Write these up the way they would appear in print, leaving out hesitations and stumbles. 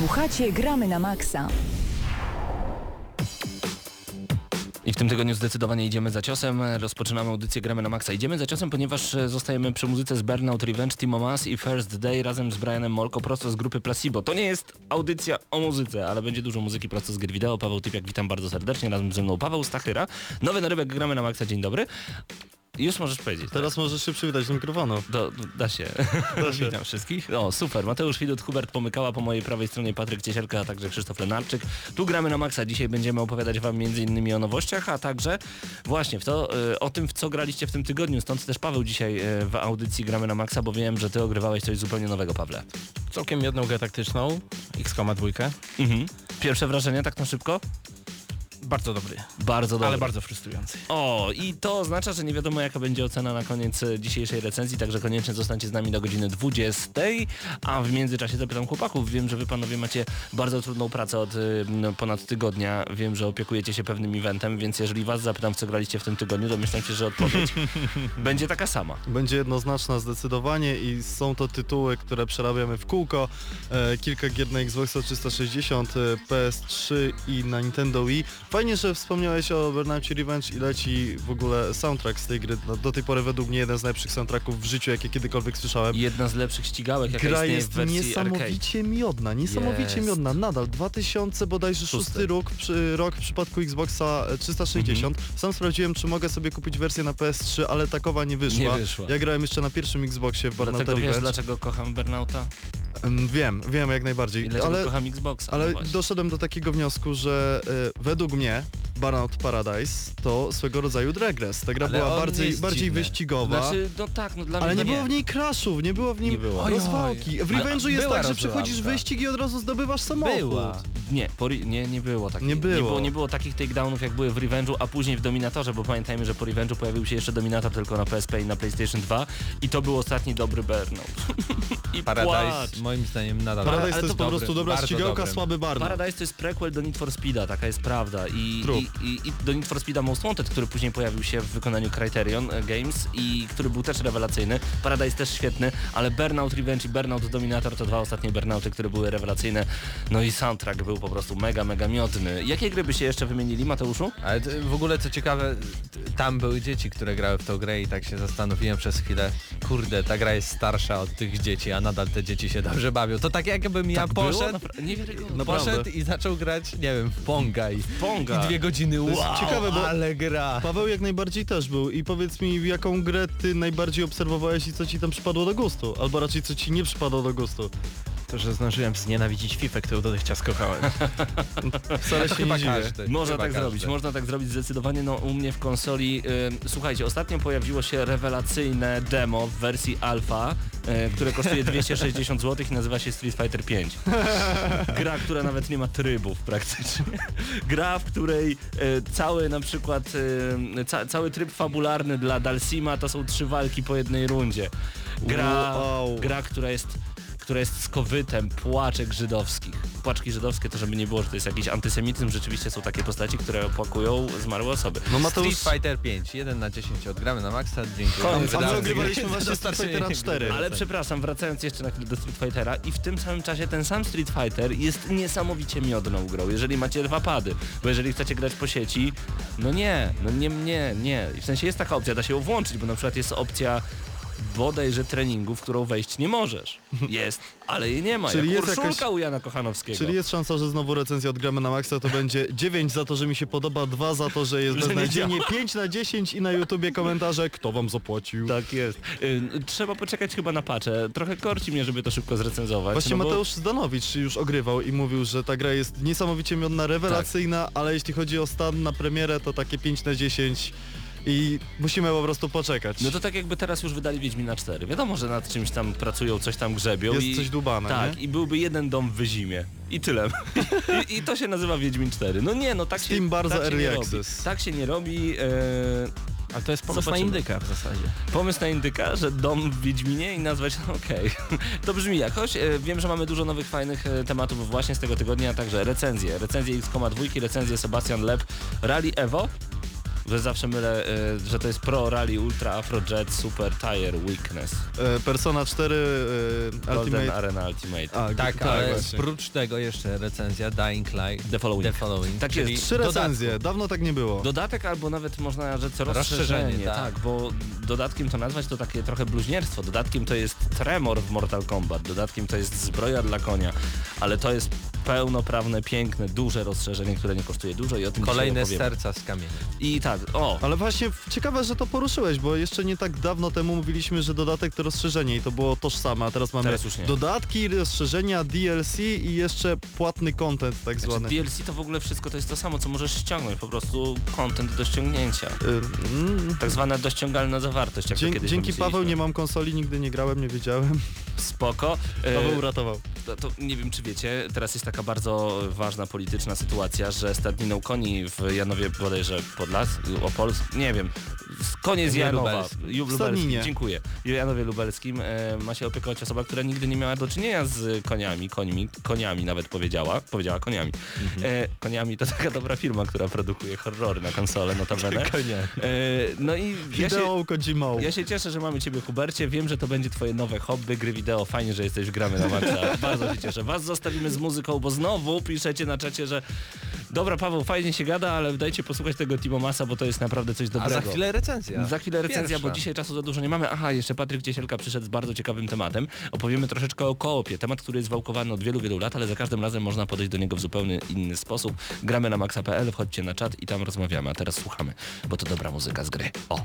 Słuchacie Gramy na Maxa. I w tym tygodniu zdecydowanie idziemy za ciosem. Rozpoczynamy audycję Gramy na Maxa. Idziemy za ciosem, ponieważ zostajemy przy muzyce z Burnout Revenge, Timo Maas i First Day razem z Brianem Molko prosto z grupy Placebo. To nie jest audycja o muzyce, ale będzie dużo muzyki prosto z gier wideo. Paweł Typiak, witam bardzo serdecznie. Razem ze mną Paweł Stachyra. Nowy narybek Gramy na Maxa, dzień dobry. Już możesz powiedzieć. Teraz możesz się przywitać do mikrofonu. Da się. Witam wszystkich. O, super. Mateusz Widut, Hubert Pomykała, po mojej prawej stronie Patryk Ciesielka, a także Krzysztof Lenarczyk. Tu Gramy na Maxa. Dzisiaj będziemy opowiadać wam m.in. o nowościach, a także właśnie o tym, w co graliście w tym tygodniu. Stąd też Paweł dzisiaj w audycji Gramy na Maxa, bo wiem, że ty ogrywałeś coś zupełnie nowego, Pawle. Całkiem jedną grę taktyczną, XCOM 2. Pierwsze wrażenie tak na szybko? Bardzo dobry. Bardzo dobry. Ale bardzo frustrujący. O, i to oznacza, że nie wiadomo jaka będzie ocena na koniec dzisiejszej recenzji, także koniecznie zostańcie z nami do godziny 20, a w międzyczasie zapytam chłopaków. Wiem, że wy panowie macie bardzo trudną pracę od ponad tygodnia. Wiem, że opiekujecie się pewnym eventem, więc jeżeli was zapytam, w co graliście w tym tygodniu, to myślę się, że odpowiedź będzie taka sama. Będzie jednoznaczna zdecydowanie i są to tytuły, które przerabiamy w kółko. Kilka gier na Xboxa 360, PS3 i na Nintendo Wii. Fajnie, że wspomniałeś o Burnoutie Revenge i leci w ogóle soundtrack z tej gry. Do tej pory według mnie jeden z najlepszych soundtracków w życiu, jakie kiedykolwiek słyszałem. Jedna z lepszych ścigałek, jaka gra istnieje jest w wersji niesamowicie arcade. miodna, miodna. Nadal 2000 bodajże 6 rok w przypadku Xboxa 360. Sam sprawdziłem, czy mogę sobie kupić wersję na PS3, ale takowa nie wyszła. Nie wyszła. Ja grałem jeszcze na pierwszym Xboxie w Burnout Dlatego Revenge. wiesz, dlaczego kocham Burnouta? Wiem jak najbardziej. I dlaczego kocham Xboxa? Ale no doszedłem do takiego wniosku, że według mnie Burnout Paradise to swego rodzaju Drag Race. Ta gra Ale była on bardziej wyścigowa. Znaczy, no tak, no dla mnie Ale nie to było w niej crashów, nie było w nim Nie było. rozwałki. W Ale Revenge'u jest była tak, że rozwałka. przechodzisz wyścig i od razu zdobywasz samochód. Była. Nie było takich. Nie było. Nie było takich takedownów, jak były w Revenge'u, a później w Dominatorze, bo pamiętajmy, że po Revenge'u pojawił się jeszcze Dominator tylko na PSP i na PlayStation 2 i to był ostatni dobry Burnout. I Paradise moim zdaniem nadal. Paradise ale to jest to po prostu dobra bardzo ścigałka, dobrym. słaby Burnout. Paradise to jest prequel do Need for Speeda, taka jest prawda. I do Need for Speeda Most Wanted, który później pojawił się w wykonaniu Criterion Games i który był też rewelacyjny. Paradise też świetny, ale Burnout Revenge i Burnout Dominator to dwa ostatnie Burnouty, które były rewelacyjne. No i soundtrack był po prostu mega miodny. Jakie gry by się jeszcze wymienili, Mateuszu? Ale w ogóle co ciekawe, tam były dzieci, które grały w tą grę i tak się zastanowiłem przez chwilę, kurde, ta gra jest starsza od tych dzieci, a nadal te dzieci się dobrze bawią. To tak jakbym ja poszedł, Niewiarygodne. poszedł i zaczął grać, nie wiem, w Ponga i Ponga. 2 godziny, jest wow, ciekawe, bo ale gra. Paweł jak najbardziej też był i powiedz mi, jaką grę ty najbardziej obserwowałeś i co ci tam przypadło do gustu? Albo raczej co ci nie przypadło do gustu? To, że zdążyłem znienawidzić FIFA, którą dotychczas kochałem. Wcale się nie dziwię. Można tak zrobić zdecydowanie. No u mnie w konsoli, słuchajcie, ostatnio pojawiło się rewelacyjne demo w wersji alfa, które kosztuje 260 zł i nazywa się Street Fighter 5. Gra, która nawet nie ma trybów praktycznie. Gra, w której cały na przykład cały tryb fabularny dla Dalsima to są 3 walki po jednej rundzie. Gra, która jest skowytem płaczek żydowskich. Płaczki żydowskie to żeby nie było, że to jest jakiś antysemityzm, rzeczywiście są takie postaci, które opłakują zmarłe osoby. No Mateusz... Street Fighter 5, 1/10 odgramy na maksa, dziękuję. Koniec, a my ogrywaliśmy właśnie Street Fightera 4. Ale przepraszam, wracając jeszcze na chwilę do Street Fightera i w tym samym czasie ten sam Street Fighter jest niesamowicie miodną grą, jeżeli macie 2 pady, bo jeżeli chcecie grać po sieci, nie. W sensie jest taka opcja, da się ją włączyć, bo na przykład jest opcja bodajże treningu, w którą wejść nie możesz. Jest, ale jej nie ma. Czyli jak jest Urszulka u Jana Kochanowskiego. Czyli jest szansa, że znowu recenzja od Gramy na Maxa to będzie 9 za to, że mi się podoba, 2 za to, że jest beznadziejnie, 5/10 i na YouTubie komentarze, kto wam zapłacił. Tak jest. Trzeba poczekać chyba na patche. Trochę korci mnie, żeby to szybko zrecenzować. Właśnie Mateusz Zdanowicz już ogrywał i mówił, że ta gra jest niesamowicie miodna, rewelacyjna, ale jeśli chodzi o stan na premierę, to takie 5/10 i musimy po prostu poczekać. No to tak jakby teraz już wydali Wiedźmina 4. Wiadomo, że nad czymś tam pracują, coś tam grzebią. Jest coś dłubane, tak, nie? i byłby jeden dom w Wyzimie. I tyle. I to się nazywa Wiedźmin 4. No nie, no tak Steam się, bardzo tak się early nie access. robi. Tak się nie robi. Ale to jest pomysł na Zobaczymy. indyka w zasadzie. Pomysł na indyka, że dom w Wiedźminie i nazwać okej. To brzmi jakoś. Wiem, że mamy dużo nowych, fajnych tematów właśnie z tego tygodnia, a także recenzje. Recenzje XCOM 2, recenzje Sebastian Lep, Rally Evo. że zawsze mylę, że to jest Pro Rally Ultra Afro Jet Super Tire Weakness. Persona 4 Golden Ultimate. Arena Ultimate. Tak, ale właśnie. oprócz tego jeszcze recenzja Dying Light The Following. Tak jest. czyli 3 recenzje, dodatku. dawno tak nie było. Dodatek albo nawet można rzec rozszerzenie, Rozszerzenie, tak, tak. bo dodatkiem to nazwać to takie trochę bluźnierstwo. Dodatkiem to jest Tremor w Mortal Kombat, dodatkiem to jest Zbroja dla konia, ale to jest pełnoprawne, piękne, duże rozszerzenie, które nie kosztuje dużo i o tym Kolejne dzisiaj opowiemy. serca z kamienia. I tak, Ale właśnie ciekawe, że to poruszyłeś, bo jeszcze nie tak dawno temu mówiliśmy, że dodatek to rozszerzenie i to było tożsame, a teraz mamy Teraz już nie. dodatki, rozszerzenia, DLC i jeszcze płatny content tak znaczy, zwany. DLC to w ogóle wszystko to jest to samo, co możesz ściągnąć, po prostu content do ściągnięcia. Tak zwana dościągalna zawartość, jak to kiedyś Dzięki wymyśliliśmy. Paweł nie mam konsoli, nigdy nie grałem, nie wiedziałem. Spoko. Paweł uratował. To nie wiem, czy wiecie, teraz jest taka bardzo ważna polityczna sytuacja, że stadniną koni w Janowie bodajże Opolskim, nie wiem, koniec Janowa, Lubelskim. Stadninie. dziękuję, Janowie Lubelskim ma się opiekować osoba, która nigdy nie miała do czynienia z koniami nawet powiedziała koniami. Koniami to taka dobra firma, która produkuje horrory na konsolę, notabene. No i Wideo Kojimą. ja się cieszę, że mamy Ciebie, Hubercie. Wiem, że to będzie Twoje nowe hobby, gry wideo. Fajnie, że jesteś w Gramy na Maxa. Bardzo się cieszę. Was zostawimy z muzyką, bo znowu piszecie na czacie, że dobra, Paweł, fajnie się gada, ale dajcie posłuchać tego Timo Masa, bo to jest naprawdę coś A dobrego. za chwilę recenzja. Za chwilę recenzja, Pierwsza. bo dzisiaj czasu za dużo nie mamy. Aha, jeszcze Patryk Ciesielka przyszedł z bardzo ciekawym tematem. Opowiemy troszeczkę o koopie. Temat, który jest wałkowany od wielu lat, ale za każdym razem można podejść do niego w zupełnie inny sposób. Gramy na maxa.pl, wchodźcie na czat i tam rozmawiamy. A teraz słuchamy, bo to dobra muzyka z gry. O!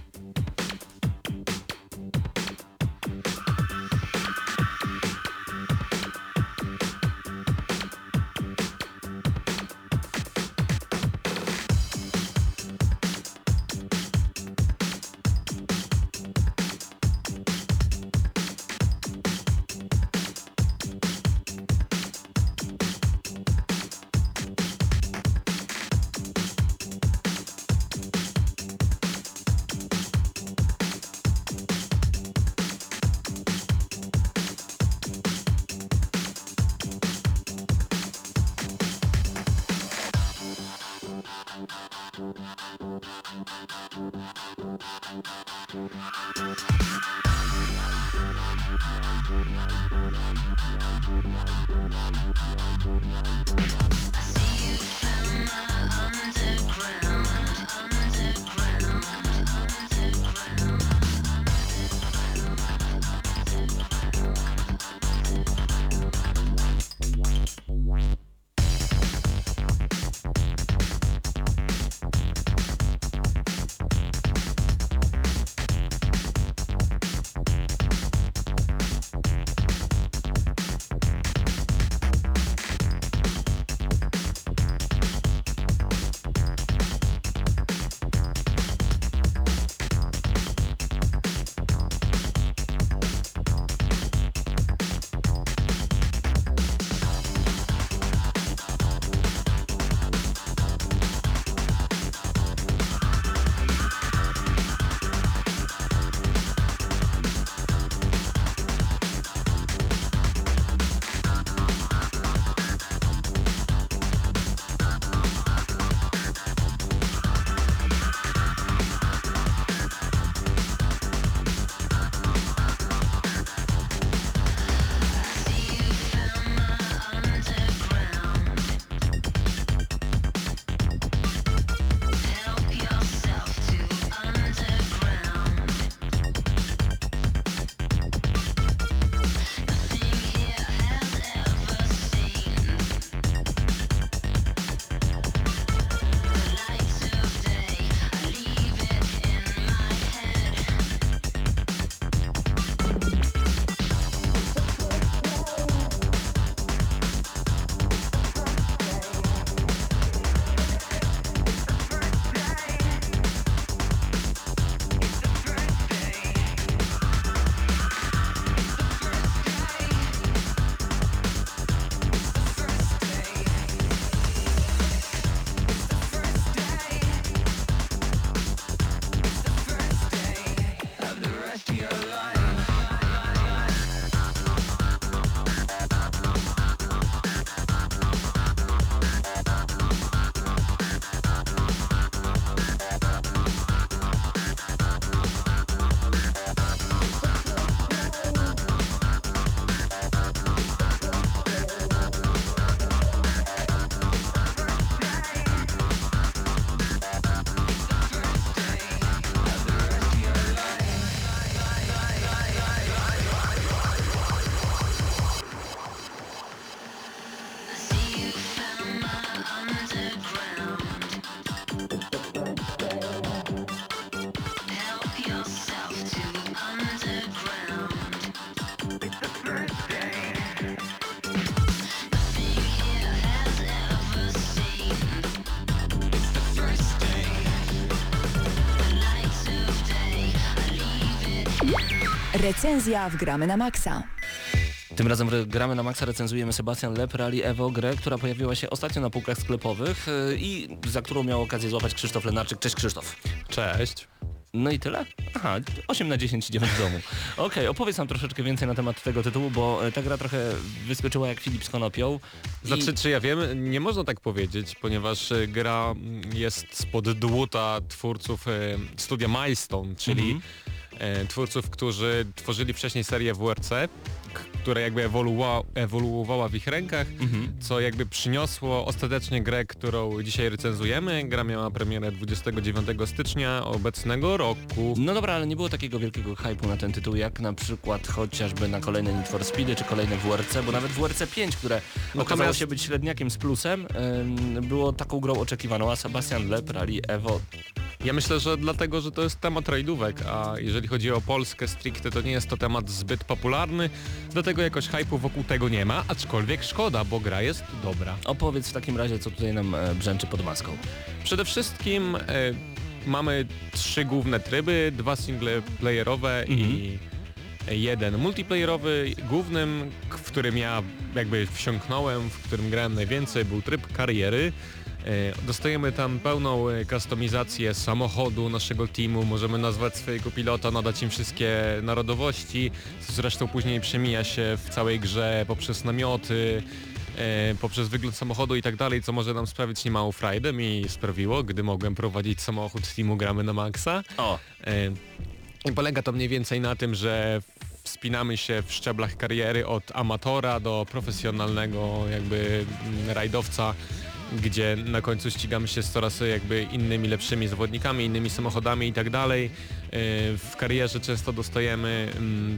Recenzja w Gramy na Maxa. Tym razem Gramy na Maxa recenzujemy Sebastian Lep Rally Evo, grę, która pojawiła się ostatnio na półkach sklepowych i za którą miał okazję złapać Krzysztof Lenarczyk. Cześć Krzysztof. Cześć. No i tyle? Aha, 8/10 idziemy w domu. Okej, opowiedz nam troszeczkę więcej na temat tego tytułu, bo ta gra trochę wyskoczyła jak Filip z konopią. Znaczy, czy ja wiem, nie można tak powiedzieć, ponieważ gra jest spod dłuta twórców studia Milestone, czyli twórców, którzy tworzyli wcześniej serię WRC, która jakby ewoluowała w ich rękach, co jakby przyniosło ostatecznie grę, którą dzisiaj recenzujemy. Gra miała premierę 29 stycznia obecnego roku. No dobra, ale nie było takiego wielkiego hype'u na ten tytuł, jak na przykład chociażby na kolejne Need for Speedy, czy kolejne WRC, bo nawet WRC 5, które okazało się być średniakiem z plusem, było taką grą oczekiwaną, a Sebastian Lep Rally Evo... Ja myślę, że dlatego, że to jest temat rajdówek, a jeżeli chodzi o Polskę stricte, to nie jest to temat zbyt popularny, dlatego jakoś hype'u wokół tego nie ma, aczkolwiek szkoda, bo gra jest dobra. Opowiedz w takim razie, co tutaj nam brzęczy pod maską. Przede wszystkim mamy 3 główne tryby, 2 singleplayerowe i jeden multiplayerowy. Głównym, w którym ja jakby wsiąknąłem, w którym grałem najwięcej, był tryb kariery. Dostajemy tam pełną kustomizację samochodu naszego teamu, możemy nazwać swojego pilota, nadać im wszystkie narodowości, zresztą później przemija się w całej grze poprzez namioty, poprzez wygląd samochodu i tak dalej, co może nam sprawić niemałą frajdę, mi sprawiło, gdy mogłem prowadzić samochód teamu Gramy na Maxa. I polega to mniej więcej na tym, że wspinamy się w szczeblach kariery od amatora do profesjonalnego jakby rajdowca, gdzie na końcu ścigamy się z coraz jakby innymi lepszymi zawodnikami, innymi samochodami i tak dalej. W karierze często dostajemy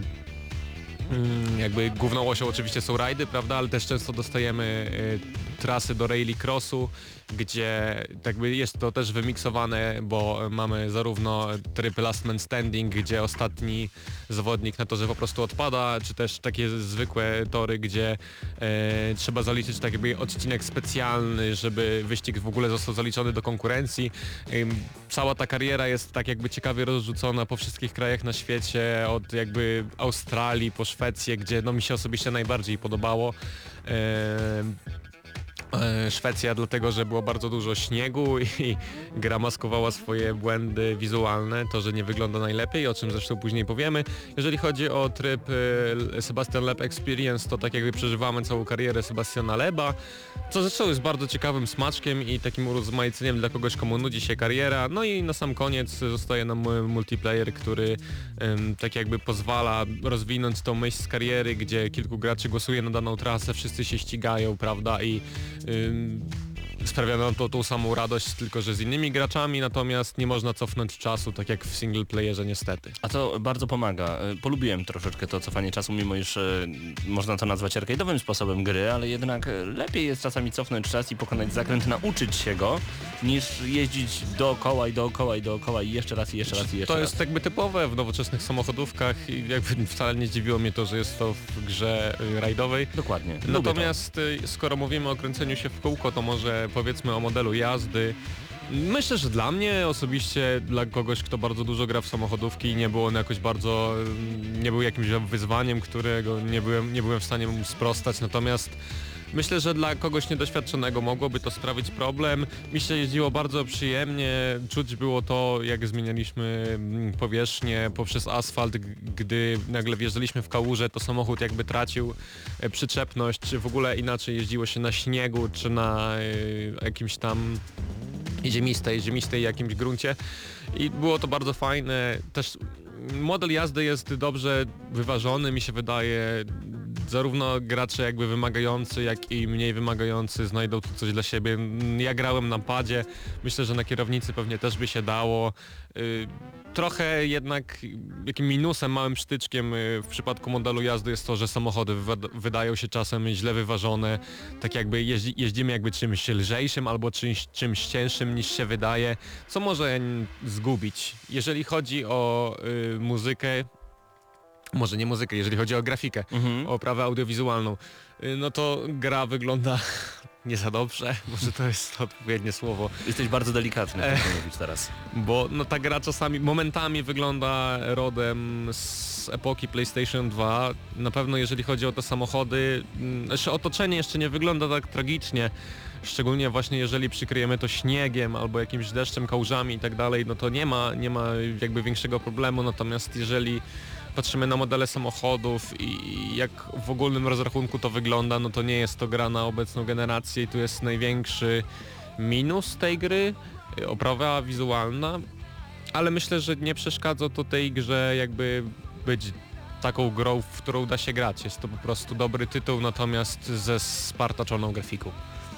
jakby główną osią oczywiście są rajdy, prawda, ale też często dostajemy trasy do rallycrossu, gdzie jakby jest to też wymiksowane, bo mamy zarówno tryb Last Man Standing, gdzie ostatni zawodnik na torze po prostu odpada, czy też takie zwykłe tory, gdzie trzeba zaliczyć tak jakby odcinek specjalny, żeby wyścig w ogóle został zaliczony do konkurencji. Cała ta kariera jest tak jakby ciekawie rozrzucona po wszystkich krajach na świecie, od jakby Australii po Szwecję, gdzie no mi się osobiście najbardziej podobało. Szwecja dlatego, że było bardzo dużo śniegu i gra maskowała swoje błędy wizualne, to, że nie wygląda najlepiej, o czym zresztą później powiemy. Jeżeli chodzi o tryb Sebastian Lep Experience, to tak jakby przeżywamy całą karierę Sebastiana Leba, co zresztą jest bardzo ciekawym smaczkiem i takim urozmaiceniem dla kogoś, komu nudzi się kariera. No i na sam koniec zostaje nam multiplayer, który tak jakby pozwala rozwinąć tą myśl z kariery, gdzie kilku graczy głosuje na daną trasę, wszyscy się ścigają, prawda, i sprawia nam to tą samą radość, tylko że z innymi graczami, natomiast nie można cofnąć czasu, tak jak w single playerze niestety. A to bardzo pomaga. Polubiłem troszeczkę to cofanie czasu, mimo iż można to nazwać arcade'owym sposobem gry, ale jednak lepiej jest czasami cofnąć czas i pokonać zakręt, nauczyć się go, niż jeździć dookoła i dookoła i dookoła i jeszcze raz i jeszcze raz i jeszcze To raz. jest jakby typowe w nowoczesnych samochodówkach i jakby wcale nie zdziwiło mnie to, że jest to w grze rajdowej. Dokładnie. Lubię Natomiast skoro mówimy o kręceniu się w kółko, to może powiedzmy o modelu jazdy. Myślę, że dla mnie osobiście, dla kogoś, kto bardzo dużo gra w samochodówki, nie było on jakoś bardzo, nie był jakimś wyzwaniem, którego nie byłem w stanie mu sprostać, natomiast myślę, że dla kogoś niedoświadczonego mogłoby to sprawić problem. Mi się jeździło bardzo przyjemnie, czuć było to, jak zmienialiśmy powierzchnię poprzez asfalt, gdy nagle wjeżdżaliśmy w kałużę, to samochód jakby tracił przyczepność, czy w ogóle inaczej jeździło się na śniegu, czy na jakimś tam ziemistej jakimś gruncie i było to bardzo fajne. Też model jazdy jest dobrze wyważony, mi się wydaje. Zarówno gracze jakby wymagający, jak i mniej wymagający znajdą tu coś dla siebie. Ja grałem na padzie, myślę, że na kierownicy pewnie też by się dało. Trochę jednak jakim minusem, małym sztyczkiem w przypadku modelu jazdy jest to, że samochody wydają się czasem źle wyważone, tak jakby jeździmy jakby czymś lżejszym albo czymś cięższym niż się wydaje, co może zgubić. Jeżeli chodzi o muzykę, może nie muzykę, jeżeli chodzi o grafikę, o oprawę audiowizualną, no to gra wygląda nie za dobrze, może to jest odpowiednie słowo. Jesteś bardzo delikatny, jak to mówisz teraz. Bo no, ta gra czasami, momentami wygląda rodem z epoki PlayStation 2. Na pewno jeżeli chodzi o te samochody, otoczenie jeszcze nie wygląda tak tragicznie. Szczególnie właśnie jeżeli przykryjemy to śniegiem albo jakimś deszczem, kałużami i tak dalej, no to nie ma jakby większego problemu. Natomiast jeżeli patrzymy na modele samochodów i jak w ogólnym rozrachunku to wygląda, no to nie jest to gra na obecną generację i tu jest największy minus tej gry, oprawa wizualna, ale myślę, że nie przeszkadza to tej grze jakby być taką grą, w którą da się grać. Jest to po prostu dobry tytuł, natomiast ze spartaczoną grafiką.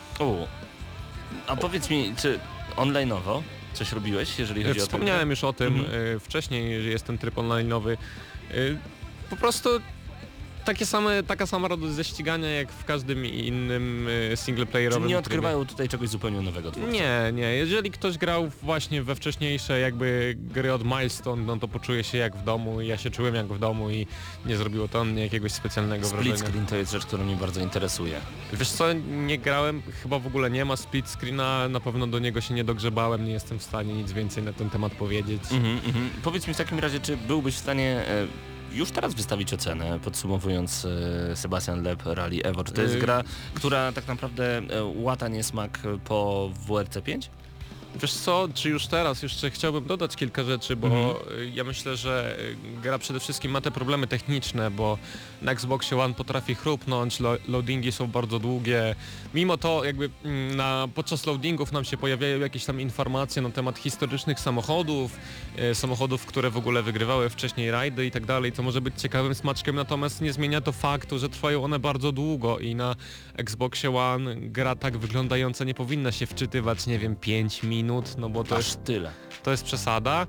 A powiedz mi, czy online'owo coś robiłeś, jeżeli chodzi o to? Wspomniałem już o tym wcześniej, że jest ten tryb online'owy. Po prostu taka sama radość ze ścigania jak w każdym innym singleplayerowym. Czyli nie odkrywają tutaj czegoś zupełnie nowego twórcy? Nie. Jeżeli ktoś grał właśnie we wcześniejsze jakby gry od Milestone, no to poczuje się jak w domu. Ja się czułem jak w domu i nie zrobiło to mnie jakiegoś specjalnego wrażenia. Split screen to jest rzecz, która mnie bardzo interesuje. Wiesz co, nie grałem, chyba w ogóle nie ma split screena, na pewno do niego się nie dogrzebałem, nie jestem w stanie nic więcej na ten temat powiedzieć. Powiedz mi w takim razie, czy byłbyś w stanie już teraz wystawić ocenę, podsumowując Sebastian Lep Rally Evo? Czy to jest gra, która tak naprawdę łata niesmak po WRC 5? Wiesz co, czy już teraz jeszcze chciałbym dodać kilka rzeczy, bo ja myślę, że gra przede wszystkim ma te problemy techniczne, bo na Xboxie One potrafi chrupnąć, loadingi są bardzo długie. Mimo to jakby podczas loadingów nam się pojawiają jakieś tam informacje na temat historycznych samochodów, które w ogóle wygrywały wcześniej rajdy i tak dalej, co może być ciekawym smaczkiem, natomiast nie zmienia to faktu, że trwają one bardzo długo i na Xboxie One gra tak wyglądająca nie powinna się wczytywać, nie wiem, 5 minut, no bo Aż tyle. To jest przesada.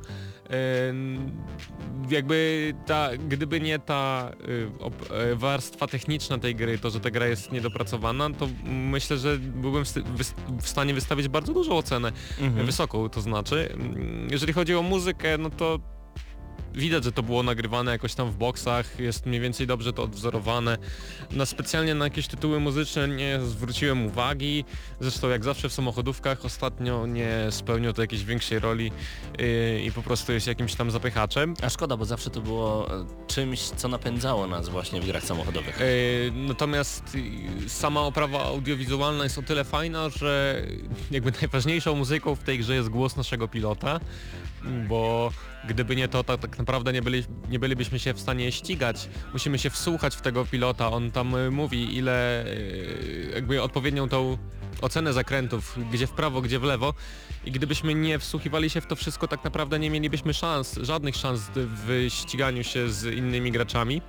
Jakby gdyby nie ta warstwa techniczna tej gry, to że ta gra jest niedopracowana, to myślę, że byłbym w stanie wystawić bardzo dużą ocenę, wysoką to znaczy. Jeżeli chodzi o muzykę, no to widać, że to było nagrywane jakoś tam w boksach, jest mniej więcej dobrze to odwzorowane. Specjalnie na jakieś tytuły muzyczne nie zwróciłem uwagi, zresztą jak zawsze w samochodówkach ostatnio nie spełnił to jakiejś większej roli i po prostu jest jakimś tam zapychaczem. A szkoda, bo zawsze to było czymś, co napędzało nas właśnie w grach samochodowych. Natomiast sama oprawa audiowizualna jest o tyle fajna, że jakby najważniejszą muzyką w tej grze jest głos naszego pilota, bo gdyby nie to, tak naprawdę nie bylibyśmy się w stanie ścigać. Musimy się wsłuchać w tego pilota, on tam mówi ile, jakby odpowiednią tą ocenę zakrętów, gdzie w prawo, gdzie w lewo i gdybyśmy nie wsłuchiwali się w to wszystko, tak naprawdę nie mielibyśmy żadnych szans w ściganiu się z innymi graczami.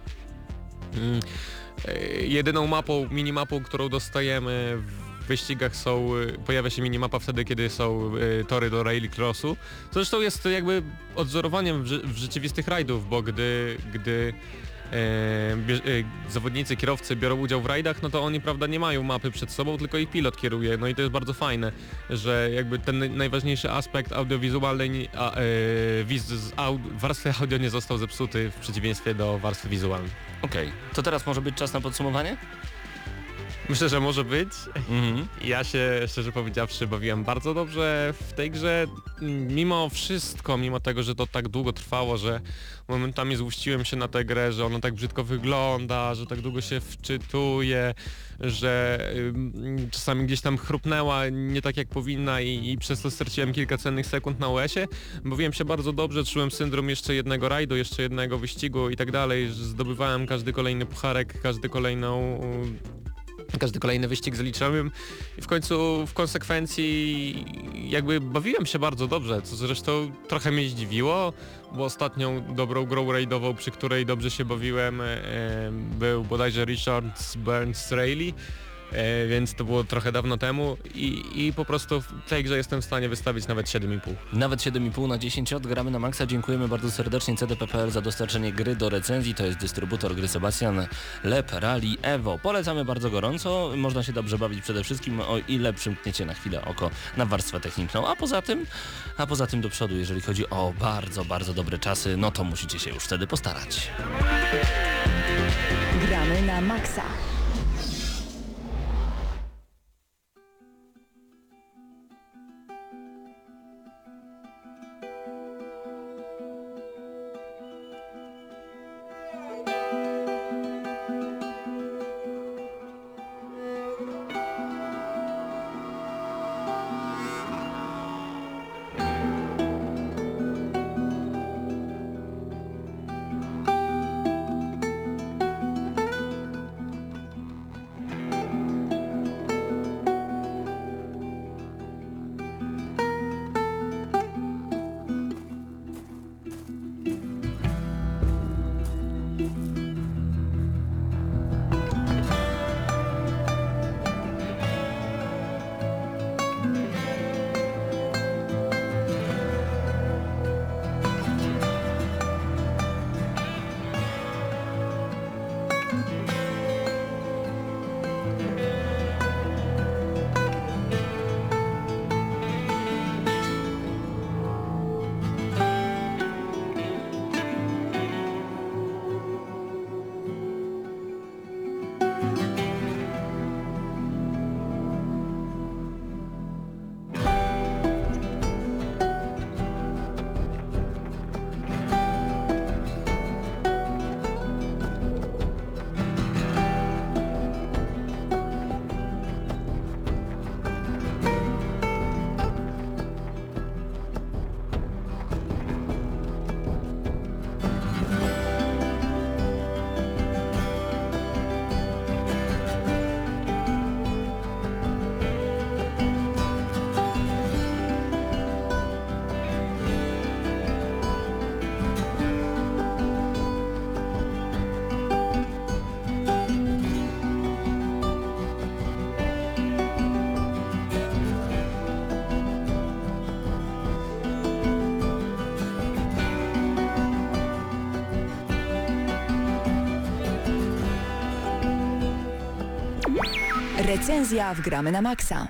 Jedyną minimapą, którą dostajemy w wyścigach pojawia się minimapa wtedy, kiedy są tory do rallycrossu. Zresztą jest jakby odzorowaniem w rzeczywistych rajdów, bo gdy zawodnicy, kierowcy biorą udział w rajdach, no to oni prawda nie mają mapy przed sobą, tylko ich pilot kieruje. No i to jest bardzo fajne, że jakby ten najważniejszy aspekt audiowizualnej warstwy audio nie został zepsuty w przeciwieństwie do warstwy wizualnej. Okej, to teraz może być czas na podsumowanie? Myślę, że może być. Ja się, szczerze powiedziawszy, bawiłem bardzo dobrze w tej grze. Mimo wszystko, mimo tego, że to tak długo trwało, że momentami złościłem się na tę grę, że ona tak brzydko wygląda, że tak długo się wczytuje, że czasami gdzieś tam chrupnęła nie tak jak powinna i przez to straciłem kilka cennych sekund na US-ie. Bawiłem się bardzo dobrze, czułem syndrom jeszcze jednego rajdu, jeszcze jednego wyścigu i tak dalej, że zdobywałem każdy kolejny pucharek, każdy kolejny wyścig zaliczałem i w końcu w konsekwencji jakby bawiłem się bardzo dobrze, co zresztą trochę mnie zdziwiło, bo ostatnią dobrą grą rajdową, przy której dobrze się bawiłem, był bodajże Richard Burns Rally, więc to było trochę dawno temu i po prostu w tej grze jestem w stanie wystawić nawet 7,5. Nawet 7,5 na 10 odgramy na maksa. Dziękujemy bardzo serdecznie CDP.pl za dostarczenie gry do recenzji. To jest dystrybutor gry Sebastian Lep Rally Evo. Polecamy bardzo gorąco. Można się dobrze bawić przede wszystkim, o ile przymkniecie na chwilę oko na warstwę techniczną. A poza tym do przodu, jeżeli chodzi o bardzo, bardzo dobre czasy, no to musicie się już wtedy postarać. Gramy na maksa. Recenzja w Gramy na Maxa.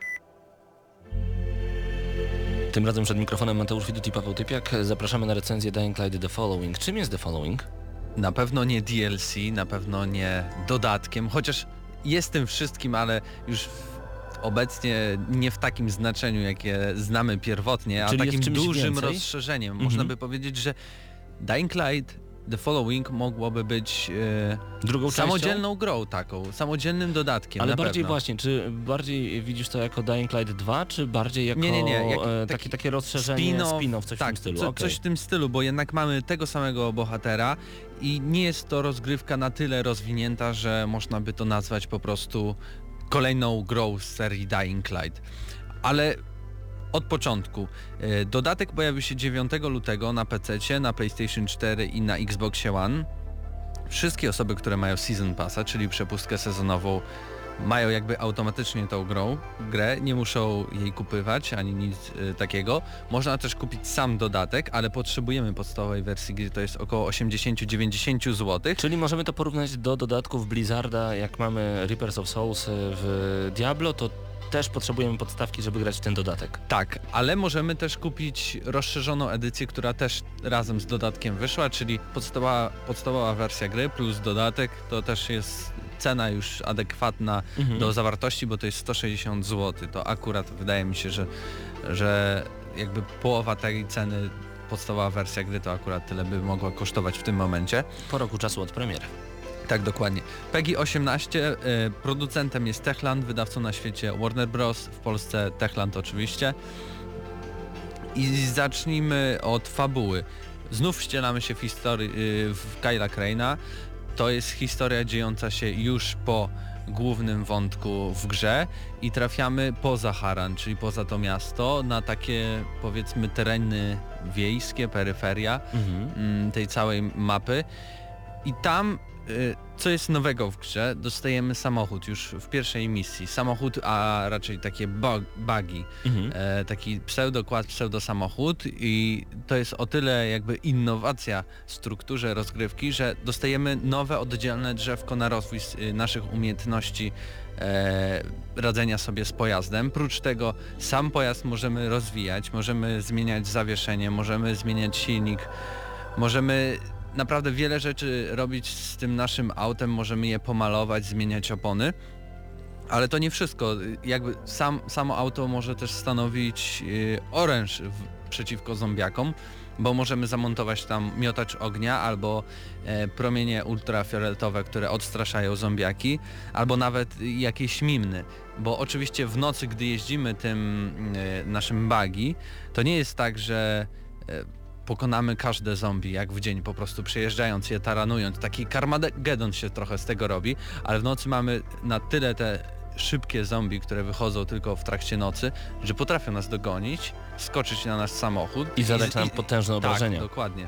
Tym razem przed mikrofonem Mateusz Widut i Paweł Typiak. Zapraszamy na recenzję Dying Light The Following. Czym jest The Following? Na pewno nie DLC, na pewno nie dodatkiem, chociaż jest tym wszystkim, ale już obecnie nie w takim znaczeniu, jakie znamy pierwotnie, a Czyli takim jest czymś dużym więcej? rozszerzeniem. Można by powiedzieć, że Dying Light The Following mogłoby być Drugą częścią? samodzielną grą taką, samodzielnym dodatkiem. Ale na bardziej pewno. właśnie, czy bardziej widzisz to jako Dying Light 2, czy bardziej jako Nie, takie rozszerzenie, spin-off, coś w tym stylu? Okej. Coś w tym stylu, bo jednak mamy tego samego bohatera i nie jest to rozgrywka na tyle rozwinięta, że można by to nazwać po prostu kolejną grą z serii Dying Light. Ale od początku. Dodatek pojawił się 9 lutego na PC, na PlayStation 4 i na Xboxie One. Wszystkie osoby, które mają Season Passa, czyli przepustkę sezonową, mają jakby automatycznie tą grę, nie muszą jej kupywać ani nic takiego. Można też kupić sam dodatek, ale potrzebujemy podstawowej wersji gry, to jest około 80-90 zł. Czyli możemy to porównać do dodatków Blizzarda, jak mamy Reapers of Souls w Diablo, to też potrzebujemy podstawki, żeby grać w ten dodatek. Tak, ale możemy też kupić rozszerzoną edycję, która też razem z dodatkiem wyszła, czyli podstawowa wersja gry plus dodatek, to też jest cena już adekwatna do zawartości, bo to jest 160 zł. To akurat wydaje mi się, że jakby połowa tej ceny podstawowa wersja gry to akurat tyle by mogła kosztować w tym momencie. Po roku czasu od premiery. Tak, dokładnie. PEGI 18, producentem jest Techland, wydawcą na świecie Warner Bros. W Polsce Techland oczywiście. I zacznijmy od fabuły. Znów wcielamy się w historii w Kyla Crane'a. To jest historia dziejąca się już po głównym wątku w grze i trafiamy poza Harran, czyli poza to miasto, na takie powiedzmy tereny wiejskie, peryferia tej całej mapy. I tam co jest nowego w grze? Dostajemy samochód już w pierwszej misji. Samochód, a raczej takie buggy. Taki pseudo-samochód i to jest o tyle jakby innowacja w strukturze rozgrywki, że dostajemy nowe, oddzielne drzewko na rozwój naszych umiejętności radzenia sobie z pojazdem. Prócz tego sam pojazd możemy rozwijać, możemy zmieniać zawieszenie, możemy zmieniać silnik, możemy naprawdę wiele rzeczy robić z tym naszym autem, możemy je pomalować, zmieniać opony, ale to nie wszystko. Jakby samo auto może też stanowić oręż przeciwko zombiakom, bo możemy zamontować tam miotacz ognia albo promienie ultrafioletowe, które odstraszają zombiaki, albo nawet jakieś mimny, bo oczywiście w nocy, gdy jeździmy tym naszym buggy, to nie jest tak, że pokonamy każde zombie jak w dzień, po prostu przejeżdżając je, taranując. Taki Carmageddon się trochę z tego robi, ale w nocy mamy na tyle te szybkie zombie, które wychodzą tylko w trakcie nocy, że potrafią nas dogonić, skoczyć na nasz samochód I zadać nam potężne obrażenia. Tak, dokładnie.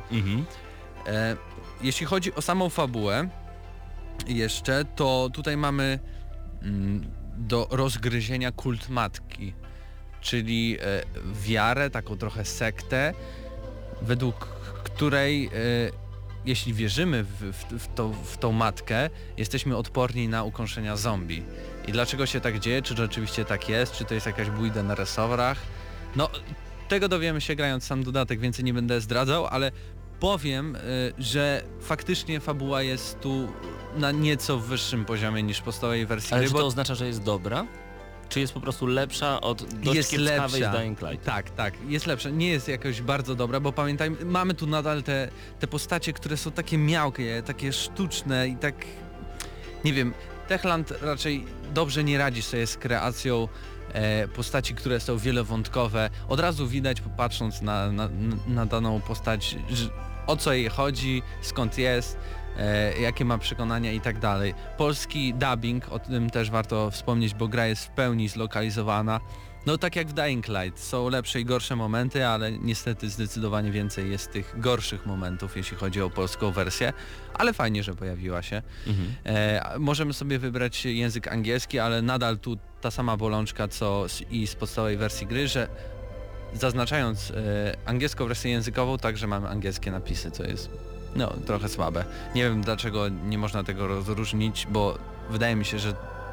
Jeśli chodzi o samą fabułę jeszcze, to tutaj mamy do rozgryzienia kult matki, czyli wiarę, taką trochę sektę, według której jeśli wierzymy w tą matkę, jesteśmy odporni na ukąszenia zombie. I dlaczego się tak dzieje? Czy rzeczywiście tak jest? Czy to jest jakaś bójda na resorach? No, tego dowiemy się grając sam dodatek, więcej nie będę zdradzał, ale powiem, że faktycznie fabuła jest tu na nieco wyższym poziomie niż w podstawowej wersji Ale gry. czy to oznacza, że jest dobra? Czy jest po prostu lepsza od dość kiepskawej z Dying Light? Tak, jest lepsza. Nie jest jakoś bardzo dobra, bo pamiętajmy, mamy tu nadal te postacie, które są takie miałkie, takie sztuczne i tak, nie wiem, Techland raczej dobrze nie radzi sobie z kreacją postaci, które są wielowątkowe. Od razu widać, patrząc na daną postać, o co jej chodzi, skąd jest, jakie ma przekonania i tak dalej. Polski dubbing, o tym też warto wspomnieć, bo gra jest w pełni zlokalizowana. No tak jak w Dying Light, są lepsze i gorsze momenty, ale niestety zdecydowanie więcej jest tych gorszych momentów, jeśli chodzi o polską wersję, ale fajnie, że pojawiła się. Możemy sobie wybrać język angielski, ale nadal tu ta sama bolączka co i z podstawowej wersji gry, że zaznaczając angielską wersję językową, także mamy angielskie napisy, co jest trochę słabe. Nie wiem dlaczego nie można tego rozróżnić, bo wydaje mi się, że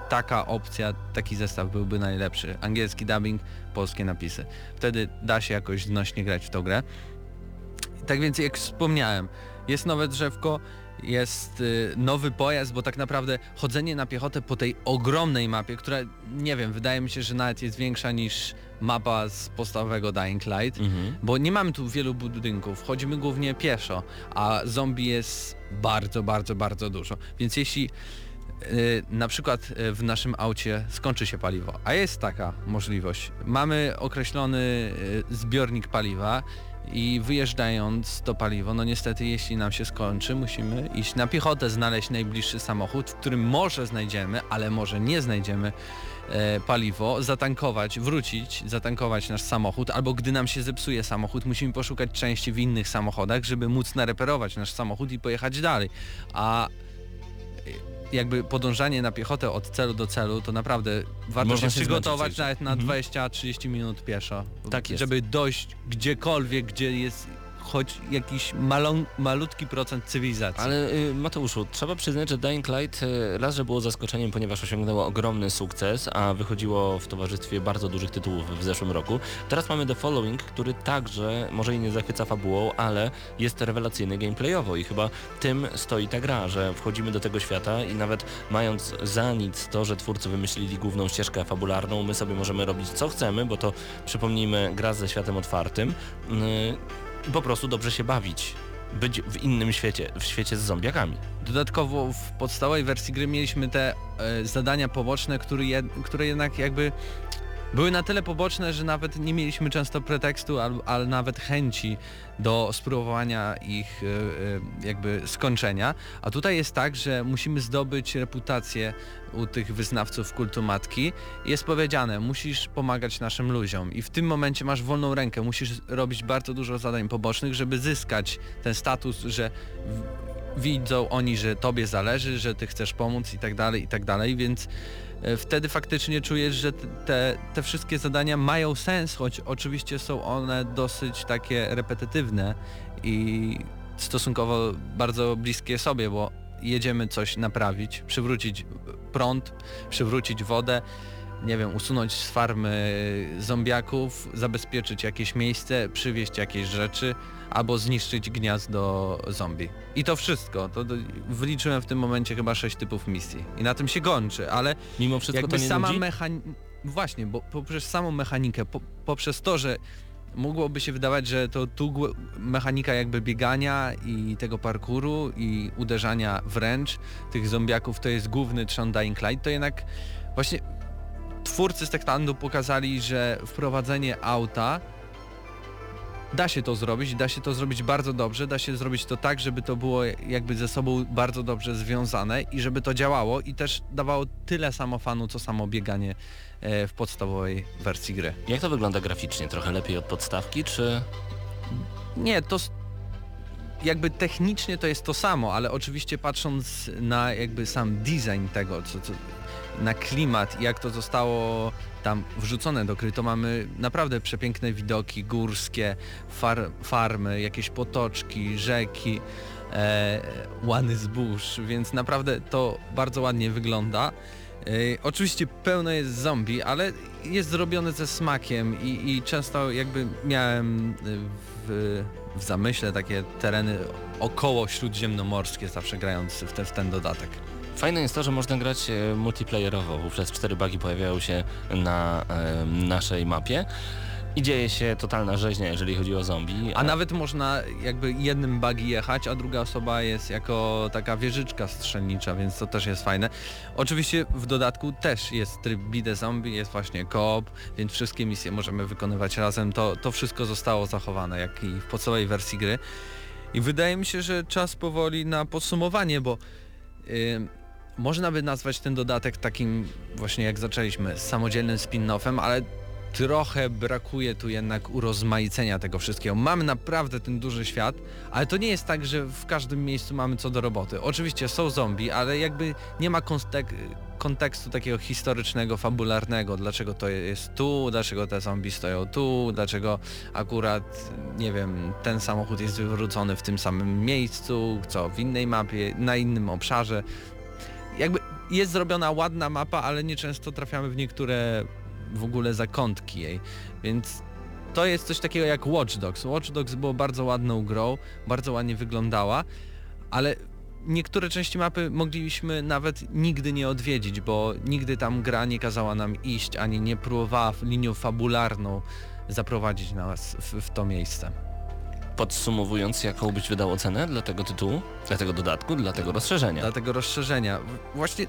taka opcja, taki zestaw byłby najlepszy. Angielski dubbing, polskie napisy. Wtedy da się jakoś znośnie grać w tą grę. Tak więc jak wspomniałem, jest nowe drzewko, jest nowy pojazd, bo tak naprawdę chodzenie na piechotę po tej ogromnej mapie, która, nie wiem, wydaje mi się, że nawet jest większa niż mapa z podstawowego Dying Light, bo nie mamy tu wielu budynków, chodzimy głównie pieszo, a zombie jest bardzo, bardzo, bardzo dużo. Więc jeśli na przykład w naszym aucie skończy się paliwo, a jest taka możliwość, mamy określony zbiornik paliwa, i wyjeżdżając to paliwo, no niestety jeśli nam się skończy, musimy iść na piechotę, znaleźć najbliższy samochód, w którym może znajdziemy, ale może nie znajdziemy paliwo, zatankować, wrócić, zatankować nasz samochód, albo gdy nam się zepsuje samochód, musimy poszukać części w innych samochodach, żeby móc nareperować nasz samochód i pojechać dalej. A jakby podążanie na piechotę od celu do celu, to naprawdę warto Można się się przygotować zmęczyć. nawet na 20-30 minut pieszo. Tak jest. Żeby dojść gdziekolwiek, gdzie jest choć jakiś malutki procent cywilizacji. Ale Mateuszu, trzeba przyznać, że Dying Light raz, że było zaskoczeniem, ponieważ osiągnęło ogromny sukces, a wychodziło w towarzystwie bardzo dużych tytułów w zeszłym roku. Teraz mamy The Following, który także może i nie zachwyca fabułą, ale jest rewelacyjny gameplayowo i chyba tym stoi ta gra, że wchodzimy do tego świata i nawet mając za nic to, że twórcy wymyślili główną ścieżkę fabularną, my sobie możemy robić co chcemy, bo to, przypomnijmy, gra ze światem otwartym. I po prostu dobrze się bawić, być w innym świecie, w świecie z zombiakami. Dodatkowo w podstawowej wersji gry mieliśmy te zadania poboczne, które jednak jakby były na tyle poboczne, że nawet nie mieliśmy często pretekstu, ale nawet chęci do spróbowania ich jakby skończenia. A tutaj jest tak, że musimy zdobyć reputację u tych wyznawców kultu matki. Jest powiedziane, musisz pomagać naszym ludziom i w tym momencie masz wolną rękę, musisz robić bardzo dużo zadań pobocznych, żeby zyskać ten status, że widzą oni, że tobie zależy, że ty chcesz pomóc i tak dalej, więc wtedy faktycznie czujesz, że te wszystkie zadania mają sens, choć oczywiście są one dosyć takie repetytywne i stosunkowo bardzo bliskie sobie, bo jedziemy coś naprawić, przywrócić prąd, przywrócić wodę, nie wiem, usunąć z farmy zombiaków, zabezpieczyć jakieś miejsce, przywieźć jakieś rzeczy, albo zniszczyć gniazdo zombie. I to wszystko. Wyliczyłem w tym momencie chyba 6 typów misji. I na tym się kończy, ale Mimo wszystko jakby to nie sama nudzi? Właśnie, bo poprzez samą mechanikę, poprzez to, że mogłoby się wydawać, że to tu mechanika jakby biegania i tego parkouru i uderzania wręcz tych zombiaków to jest główny trzon Dying Light, to jednak właśnie twórcy z Techlandu pokazali, że wprowadzenie auta da się to zrobić bardzo dobrze, da się zrobić to tak, żeby to było jakby ze sobą bardzo dobrze związane i żeby to działało i też dawało tyle samo fanu, co samo bieganie w podstawowej wersji gry. Jak to wygląda graficznie? Trochę lepiej od podstawki, czy... Nie, to jakby technicznie to jest to samo, ale oczywiście patrząc na jakby sam design tego, na klimat, jak to zostało tam wrzucone do gry, to mamy naprawdę przepiękne widoki górskie, farmy, jakieś potoczki, rzeki, łany zbóż, więc naprawdę to bardzo ładnie wygląda. Oczywiście pełno jest zombie, ale jest zrobione ze smakiem i często jakby miałem w zamyśle takie tereny około śródziemnomorskie zawsze grając w ten dodatek. Fajne jest to, że można grać multiplayerowo. Wówczas 4 bugi pojawiają się na naszej mapie i dzieje się totalna rzeźnia, jeżeli chodzi o zombie. A nawet można jakby jednym buggy jechać, a druga osoba jest jako taka wieżyczka strzelnicza, więc to też jest fajne. Oczywiście w dodatku też jest tryb Beat the Zombie, jest właśnie co-op, więc wszystkie misje możemy wykonywać razem. To wszystko zostało zachowane, jak i w podstawowej wersji gry. I wydaje mi się, że czas powoli na podsumowanie, bo można by nazwać ten dodatek takim właśnie jak zaczęliśmy, samodzielnym spin-offem, ale trochę brakuje tu jednak urozmaicenia tego wszystkiego. Mamy naprawdę ten duży świat, ale to nie jest tak, że w każdym miejscu mamy co do roboty. Oczywiście są zombie, ale jakby nie ma kontekstu takiego historycznego, fabularnego, dlaczego to jest tu, dlaczego te zombie stoją tu, dlaczego akurat, nie wiem, ten samochód jest wywrócony w tym samym miejscu, co w innej mapie, na innym obszarze. Jakby jest zrobiona ładna mapa, ale nieczęsto trafiamy w niektóre w ogóle zakątki jej, więc to jest coś takiego jak Watch Dogs. Watch Dogs było bardzo ładną grą, bardzo ładnie wyglądała, ale niektóre części mapy mogliśmy nawet nigdy nie odwiedzić, bo nigdy tam gra nie kazała nam iść, ani nie próbowała linią fabularną zaprowadzić nas w to miejsce. Podsumowując, jaką byś wydał ocenę dla tego tytułu, dla tego dodatku, dla tego rozszerzenia? Dla tego rozszerzenia. Właśnie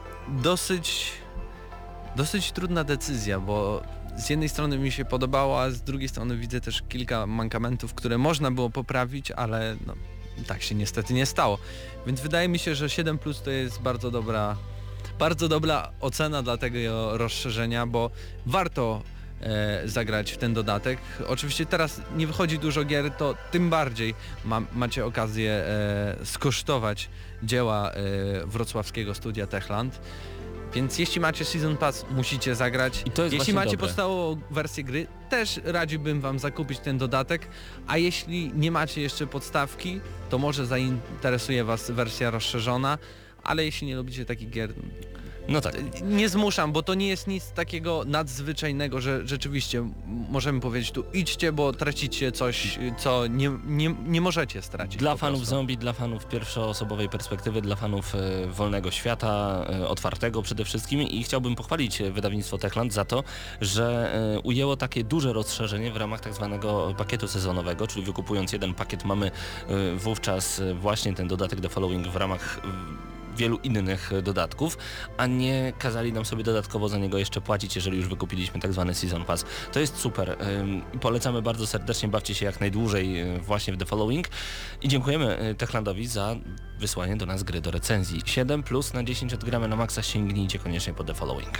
dosyć trudna decyzja, bo z jednej strony mi się podobało, a z drugiej strony widzę też kilka mankamentów, które można było poprawić, ale no, tak się niestety nie stało. Więc wydaje mi się, że 7+ to jest bardzo dobra ocena dla tego rozszerzenia, bo warto zagrać w ten dodatek. Oczywiście teraz nie wychodzi dużo gier, to tym bardziej macie okazję skosztować dzieła wrocławskiego studia Techland. Więc jeśli macie Season Pass, musicie zagrać. I to jest jeśli macie dobre. podstawową wersję gry, też radziłbym wam zakupić ten dodatek, a jeśli nie macie jeszcze podstawki, to może zainteresuje was wersja rozszerzona, ale jeśli nie lubicie takich gier, No tak. nie zmuszam, bo to nie jest nic takiego nadzwyczajnego, że rzeczywiście możemy powiedzieć tu idźcie, bo tracicie coś, co nie możecie stracić. Dla po fanów prostu. zombie, dla fanów pierwszoosobowej perspektywy, dla fanów wolnego świata, otwartego przede wszystkim i chciałbym pochwalić wydawnictwo Techland za to, że ujęło takie duże rozszerzenie w ramach tak zwanego pakietu sezonowego, czyli wykupując jeden pakiet mamy wówczas właśnie ten dodatek The Following w ramach wielu innych dodatków, a nie kazali nam sobie dodatkowo za niego jeszcze płacić, jeżeli już wykupiliśmy tak zwany Season Pass. To jest super. Polecamy bardzo serdecznie, bawcie się jak najdłużej właśnie w The Following i dziękujemy Techlandowi za wysłanie do nas gry do recenzji. 7+ na 10 odgramy na maksa, sięgnijcie koniecznie po The Following.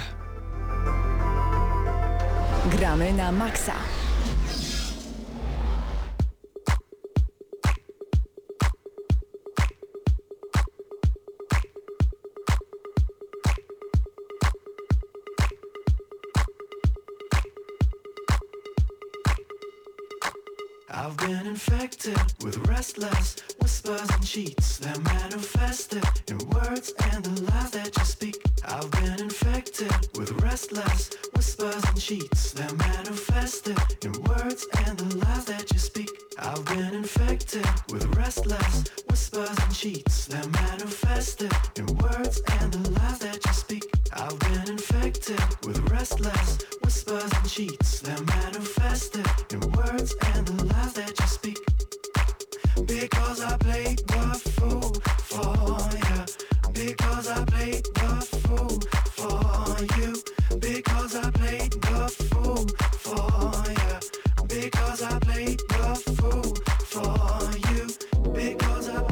Gramy na maksa. I've been infected with restless whispers and cheats that manifested in words and the lies that you speak. I've been infected with restless whispers and cheats that manifested in words and the lies that you speak. I've been infected with restless whispers and cheats that manifested in words and the lies that you speak. I've been infected with restless whispers and cheats that manifested in words and the lies that you speak. Because I played the fool for you. Because I played the fool for you. Because I played the fool for you. Because I played the fool for you. Because I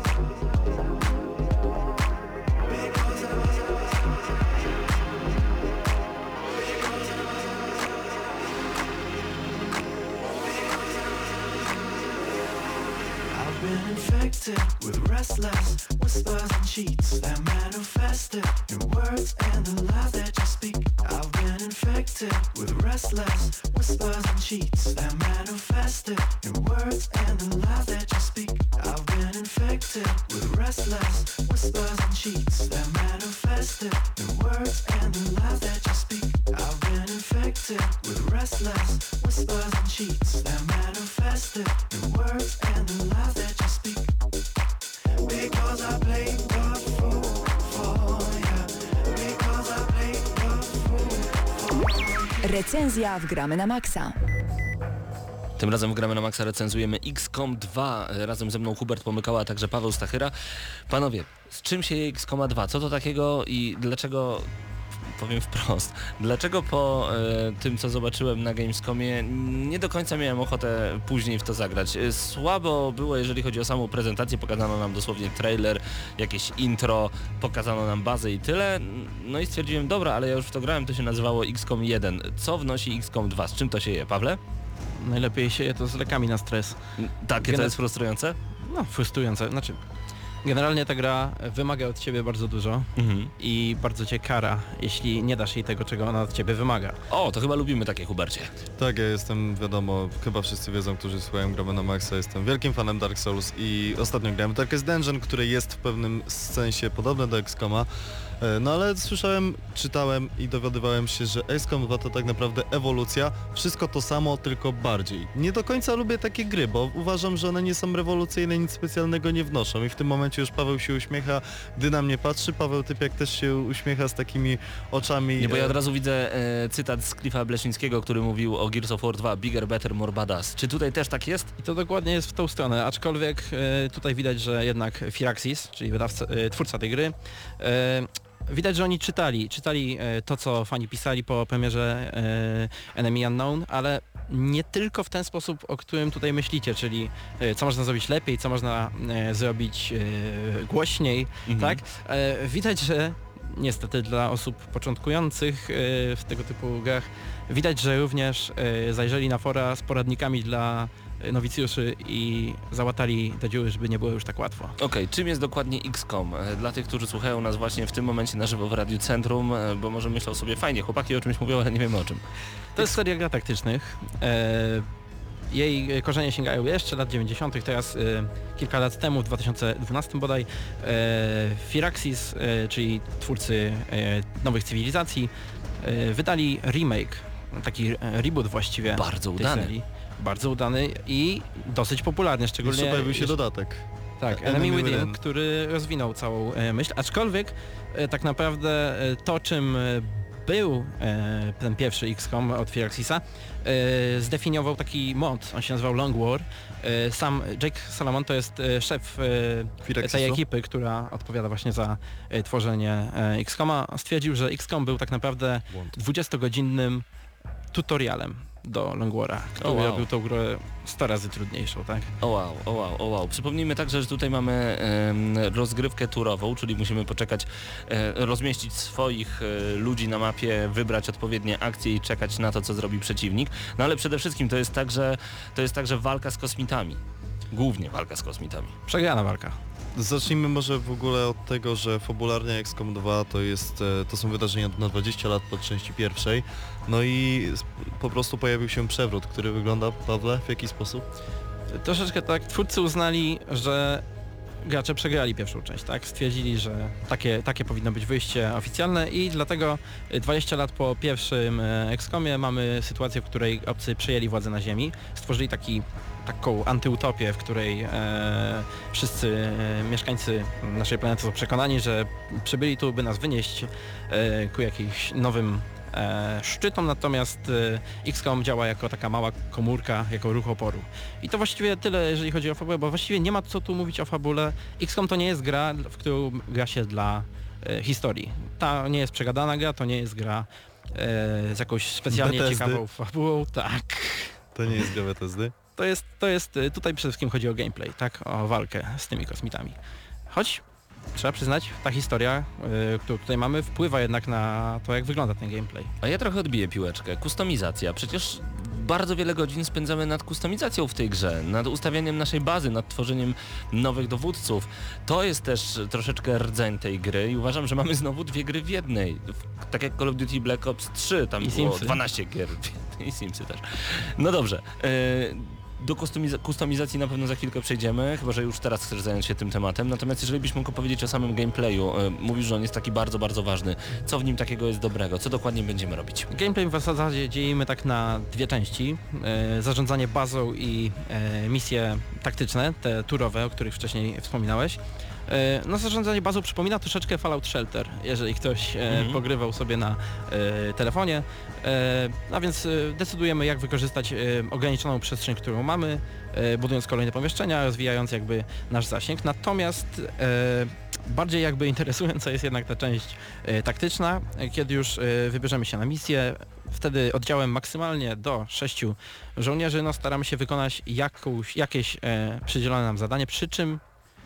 I've been infected with restless whispers and cheats that manifested in words and the lies that you speak. I've been infected with restless whispers and cheats that manifested in words and the lies that you speak. I've been infected with restless whispers and cheats that manifested in words and the lies that you speak. I've been infected with restless whispers and cheats that manifested in words and the lies that you speak. Because I played the fool for you. Because I played the fool for you. Recenzja w Gramy na maksa. Tym razem w Gramy na maksa recenzujemy XCOM 2. Razem ze mną Hubert Pomykała, a także Paweł Stachyra. Panowie, z czym się je XCOMa 2? Co to takiego i dlaczego... Powiem wprost, dlaczego po tym, co zobaczyłem na Gamescomie, nie do końca miałem ochotę później w to zagrać. Słabo było, jeżeli chodzi o samą prezentację, pokazano nam dosłownie trailer, jakieś intro, pokazano nam bazę i tyle. No i stwierdziłem, dobra, ale ja już w to grałem, to się nazywało XCOM 1. Co wnosi XCOM 2? Z czym to się je, Pawle? Najlepiej się je to z lekami na stres. Takie to jest frustrujące? No, frustrujące. Znaczy, generalnie ta gra wymaga od ciebie bardzo dużo i bardzo cię kara, jeśli nie dasz jej tego, czego ona od ciebie wymaga. O, to chyba lubimy takie, Hubercie. Tak, ja jestem, wiadomo, chyba wszyscy wiedzą, którzy słuchają Gramy na Maxa, jestem wielkim fanem Dark Souls i ostatnio grałem w Darkest Dungeon, które jest w pewnym sensie podobne do XCOMa. No ale słyszałem, czytałem i dowiadywałem się, że XCOM 2 to tak naprawdę ewolucja, wszystko to samo, tylko bardziej. Nie do końca lubię takie gry, bo uważam, że one nie są rewolucyjne, nic specjalnego nie wnoszą i w tym momencie już Paweł się uśmiecha, gdy na mnie patrzy. Paweł Typiak też się uśmiecha z takimi oczami. Nie, bo ja od razu widzę cytat z Cliffa Bleszyńskiego, który mówił o Gears of War 2, bigger, better, more badass. Czy tutaj też tak jest? I to dokładnie jest w tą stronę, aczkolwiek tutaj widać, że jednak Firaxis, czyli twórca tej gry, widać, że oni czytali to, co fani pisali po premierze Enemy Unknown, ale nie tylko w ten sposób, o którym tutaj myślicie, czyli co można zrobić lepiej, co można zrobić głośniej, tak? Widać, że niestety dla osób początkujących w tego typu grach, widać, że również zajrzeli na fora z poradnikami dla nowicjuszy i załatali te dziury, żeby nie było już tak łatwo. Okej, czym jest dokładnie XCOM? Dla tych, którzy słuchają nas właśnie w tym momencie na żywo w Radiu Centrum, bo może myślą sobie, fajnie, chłopaki o czymś mówią, ale nie wiemy o czym. To jest seria gra taktycznych. Jej korzenie sięgają jeszcze lat 90. Teraz kilka lat temu, w 2012 bodaj, Firaxis, czyli twórcy nowych cywilizacji, wydali remake, taki reboot właściwie. Bardzo tej udany. serii. Bardzo udany i dosyć popularny, szczególnie... Jeszcze pojawił się dodatek. Tak, Enemy Within, który rozwinął całą myśl, aczkolwiek tak naprawdę to, czym był ten pierwszy XCOM od Firaxisa, zdefiniował taki mod, on się nazywał Long War. Sam Jake Salomon to jest szef tej ekipy, która odpowiada właśnie za tworzenie XCOMa. Stwierdził, że XCOM był tak naprawdę 20-godzinnym tutorialem do Long War'a, który robił tą grę 100 razy trudniejszą, tak? O wow. Przypomnijmy także, że tutaj mamy rozgrywkę turową, czyli musimy poczekać, rozmieścić swoich ludzi na mapie, wybrać odpowiednie akcje i czekać na to, co zrobi przeciwnik. No ale przede wszystkim to jest także walka z kosmitami. Głównie walka z kosmitami. Przegrana walka. Zacznijmy może w ogóle od tego, że fabularnie XCOM 2 to są wydarzenia na 20 lat po części pierwszej. No i po prostu pojawił się przewrót, który wygląda, Pawle, w jaki sposób? Troszeczkę tak, twórcy uznali, że gracze przegrali pierwszą część, tak? Stwierdzili, że takie powinno być wyjście oficjalne i dlatego 20 lat po pierwszym XCOMie mamy sytuację, w której obcy przejęli władzę na Ziemi, stworzyli taką antyutopię, w której wszyscy mieszkańcy naszej planety są przekonani, że przybyli tu, by nas wynieść ku jakimś nowym szczytom, natomiast XCOM działa jako taka mała komórka, jako ruch oporu. I to właściwie tyle, jeżeli chodzi o fabułę, bo właściwie nie ma co tu mówić o fabule. XCOM to nie jest gra, w którą gra się dla historii. Ta nie jest przegadana gra, to nie jest gra z jakąś specjalnie ciekawą fabułą. Tak. To nie jest gra Bethesdy? To jest, tutaj przede wszystkim chodzi o gameplay, tak? O walkę z tymi kosmitami. Choć trzeba przyznać, ta historia, którą tutaj mamy, wpływa jednak na to, jak wygląda ten gameplay. A ja trochę odbiję piłeczkę. Kustomizacja. Przecież bardzo wiele godzin spędzamy nad kustomizacją w tej grze, nad ustawianiem naszej bazy, nad tworzeniem nowych dowódców. To jest też troszeczkę rdzeń tej gry i uważam, że mamy znowu dwie gry w jednej. Tak jak Call of Duty Black Ops 3, tam było Simsy. 12 gier i Simsy też. No dobrze. Do kustomizacji na pewno za chwilkę przejdziemy, chyba że już teraz chcesz zająć się tym tematem. Natomiast jeżeli byś mógł powiedzieć o samym gameplayu, mówisz, że on jest taki bardzo, bardzo ważny. Co w nim takiego jest dobrego? Co dokładnie będziemy robić? Gameplay w zasadzie dzielimy tak na dwie części. Zarządzanie bazą i misje taktyczne, te turowe, o których wcześniej wspominałeś. No zarządzanie bazą przypomina troszeczkę Fallout Shelter, jeżeli ktoś pogrywał sobie na telefonie. A więc decydujemy, jak wykorzystać ograniczoną przestrzeń, którą mamy, budując kolejne pomieszczenia, rozwijając jakby nasz zasięg. Natomiast bardziej jakby interesująca jest jednak ta część taktyczna, kiedy już wybierzemy się na misję. Wtedy oddziałem maksymalnie do 6 żołnierzy staramy się wykonać jakieś przydzielone nam zadanie, przy czym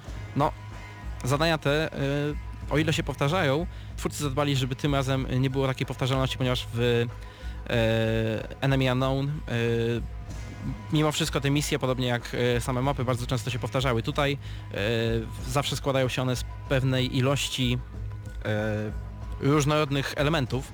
zadania te, o ile się powtarzają, twórcy zadbali, żeby tym razem nie było takiej powtarzalności, ponieważ w Enemy Unknown mimo wszystko te misje, podobnie jak same mapy, bardzo często się powtarzały. Tutaj zawsze składają się one z pewnej ilości różnorodnych elementów,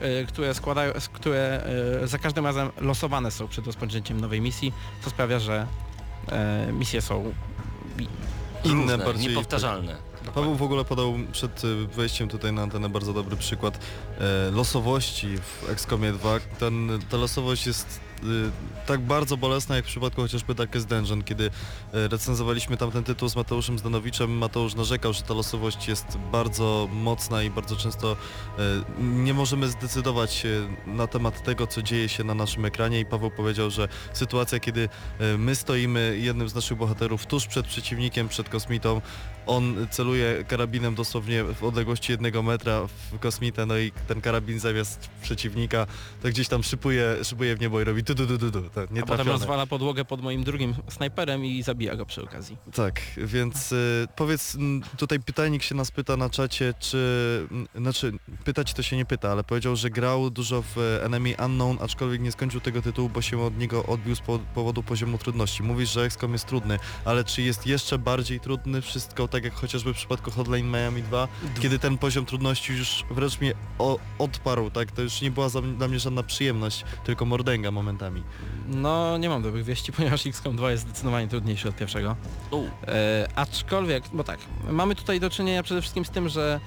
które za każdym razem losowane są przed rozpoczęciem nowej misji, co sprawia, że misje są Inne, bardziej niepowtarzalne. Paweł w ogóle podał przed wejściem tutaj na antenę bardzo dobry przykład losowości w XCOMie 2. Ta losowość jest tak bardzo bolesna jak w przypadku chociażby Darkest Dungeon, kiedy recenzowaliśmy tamten tytuł z Mateuszem Zdanowiczem. Mateusz narzekał, że ta losowość jest bardzo mocna i bardzo często nie możemy zdecydować na temat tego, co dzieje się na naszym ekranie, i Paweł powiedział, że sytuacja, kiedy my stoimy, jednym z naszych bohaterów, tuż przed przeciwnikiem, przed kosmitą, on celuje karabinem dosłownie w odległości 1 metra w kosmitę, no i ten karabin zamiast przeciwnika to gdzieś tam szypuje w niebo i robi tu, tak, nie A potem rozwala podłogę pod moim drugim snajperem i zabija go przy okazji. Tak, więc powiedz, tutaj pytajnik się nas pyta na czacie, pytać to się nie pyta, ale powiedział, że grał dużo w Enemy Unknown, aczkolwiek nie skończył tego tytułu, bo się od niego odbił z powodu poziomu trudności. Mówisz, że XCOM jest trudny, ale czy jest jeszcze bardziej trudny wszystko, tak jak chociażby w przypadku Hotline Miami 2, kiedy ten poziom trudności już wręcz mnie odparł, tak? To już nie była dla mnie żadna przyjemność, tylko mordęga momentami. No nie mam dobrych wieści, ponieważ XCOM 2 jest zdecydowanie trudniejszy od pierwszego. Aczkolwiek, bo tak, mamy tutaj do czynienia przede wszystkim z tym, że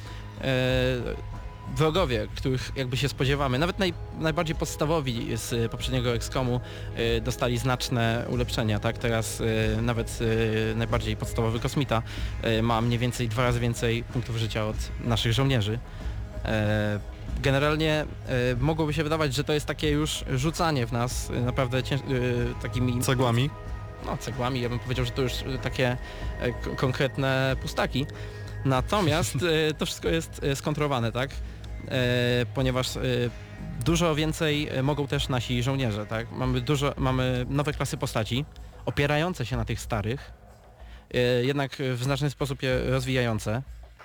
wrogowie, których jakby się spodziewamy, nawet najbardziej podstawowi z poprzedniego XCOMu dostali znaczne ulepszenia, tak? Teraz nawet najbardziej podstawowy kosmita ma mniej więcej 2 razy więcej punktów życia od naszych żołnierzy. Generalnie mogłoby się wydawać, że to jest takie już rzucanie w nas naprawdę takimi... Cegłami? No cegłami, ja bym powiedział, że to już takie konkretne pustaki. Natomiast to wszystko jest skontrolowane, tak? Ponieważ dużo więcej mogą też nasi żołnierze, tak? Mamy nowe klasy postaci, opierające się na tych starych, jednak w znaczny sposób je rozwijające.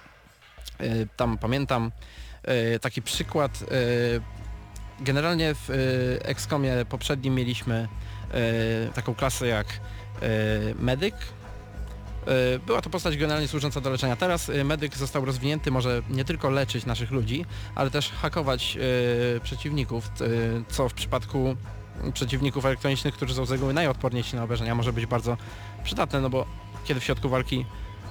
Tam pamiętam taki przykład, generalnie w XCOMie poprzednim mieliśmy taką klasę jak medyk. Była to postać generalnie służąca do leczenia. Teraz medyk został rozwinięty, może nie tylko leczyć naszych ludzi, ale też hakować przeciwników, co w przypadku przeciwników elektronicznych, którzy są z reguły najodporniejsi na obrażenia, może być bardzo przydatne, no bo kiedy w środku walki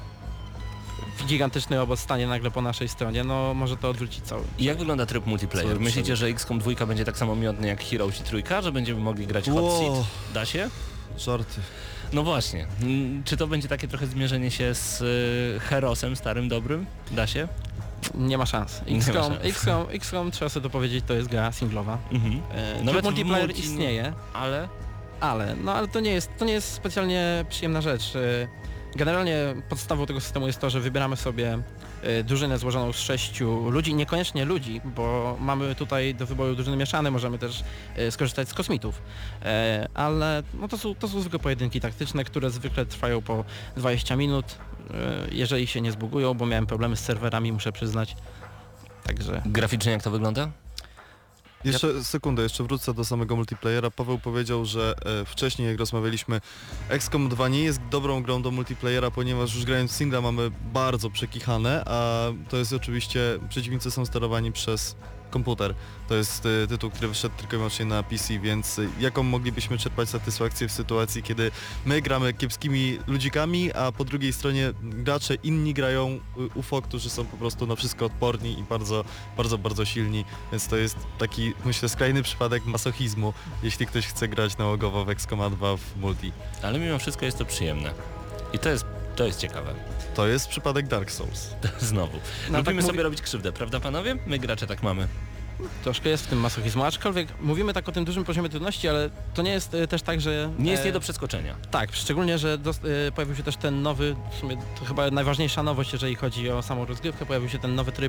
gigantyczny robot stanie nagle po naszej stronie, no może to odwrócić cały. I jak wygląda tryb multiplayer? Myślicie, że XCOM 2 będzie tak samo miodny jak Heroes i 3, że będziemy mogli grać Hot Seat? Da się? Żarty. No właśnie. Czy to będzie takie trochę zmierzenie się z Herosem starym, dobrym? Da się? Nie ma szans. XCOM, trzeba sobie to powiedzieć, to jest gra singlowa. Nawet multiplayer istnieje, ale to nie jest specjalnie przyjemna rzecz. Generalnie podstawą tego systemu jest to, że wybieramy sobie drużynę złożoną z 6 ludzi, niekoniecznie ludzi, bo mamy tutaj do wyboru drużyny mieszane, możemy też skorzystać z kosmitów, ale no to są zwykłe pojedynki taktyczne, które zwykle trwają po 20 minut, jeżeli się nie zbugują, bo miałem problemy z serwerami, muszę przyznać. Także... Graficznie jak to wygląda? Jeszcze sekundę, jeszcze wrócę do samego multiplayera. Paweł powiedział, że wcześniej jak rozmawialiśmy, XCOM 2 nie jest dobrą grą do multiplayera, ponieważ już grając singla mamy bardzo przekichane, a to jest oczywiście, przeciwnicy są sterowani przez komputer. To jest tytuł, który wyszedł tylko i wyłącznie na PC, więc jaką moglibyśmy czerpać satysfakcję w sytuacji, kiedy my gramy kiepskimi ludzikami, a po drugiej stronie gracze inni grają UFO, którzy są po prostu na wszystko odporni i bardzo, bardzo, bardzo silni, więc to jest taki, myślę, skrajny przypadek masochizmu, jeśli ktoś chce grać nałogowo w XCOM 2 w multi. Ale mimo wszystko jest to przyjemne. I to jest ciekawe. To jest przypadek Dark Souls. Znowu. No, Lubimy tak sobie robić krzywdę, prawda panowie? My gracze tak mamy. Troszkę jest w tym masochizmu, aczkolwiek mówimy tak o tym dużym poziomie trudności, ale to nie jest też tak, że... Nie jest nie do przeskoczenia. Tak, szczególnie, że pojawił się też ten nowy, w sumie to chyba najważniejsza nowość, jeżeli chodzi o samą rozgrywkę, pojawił się ten nowy tryb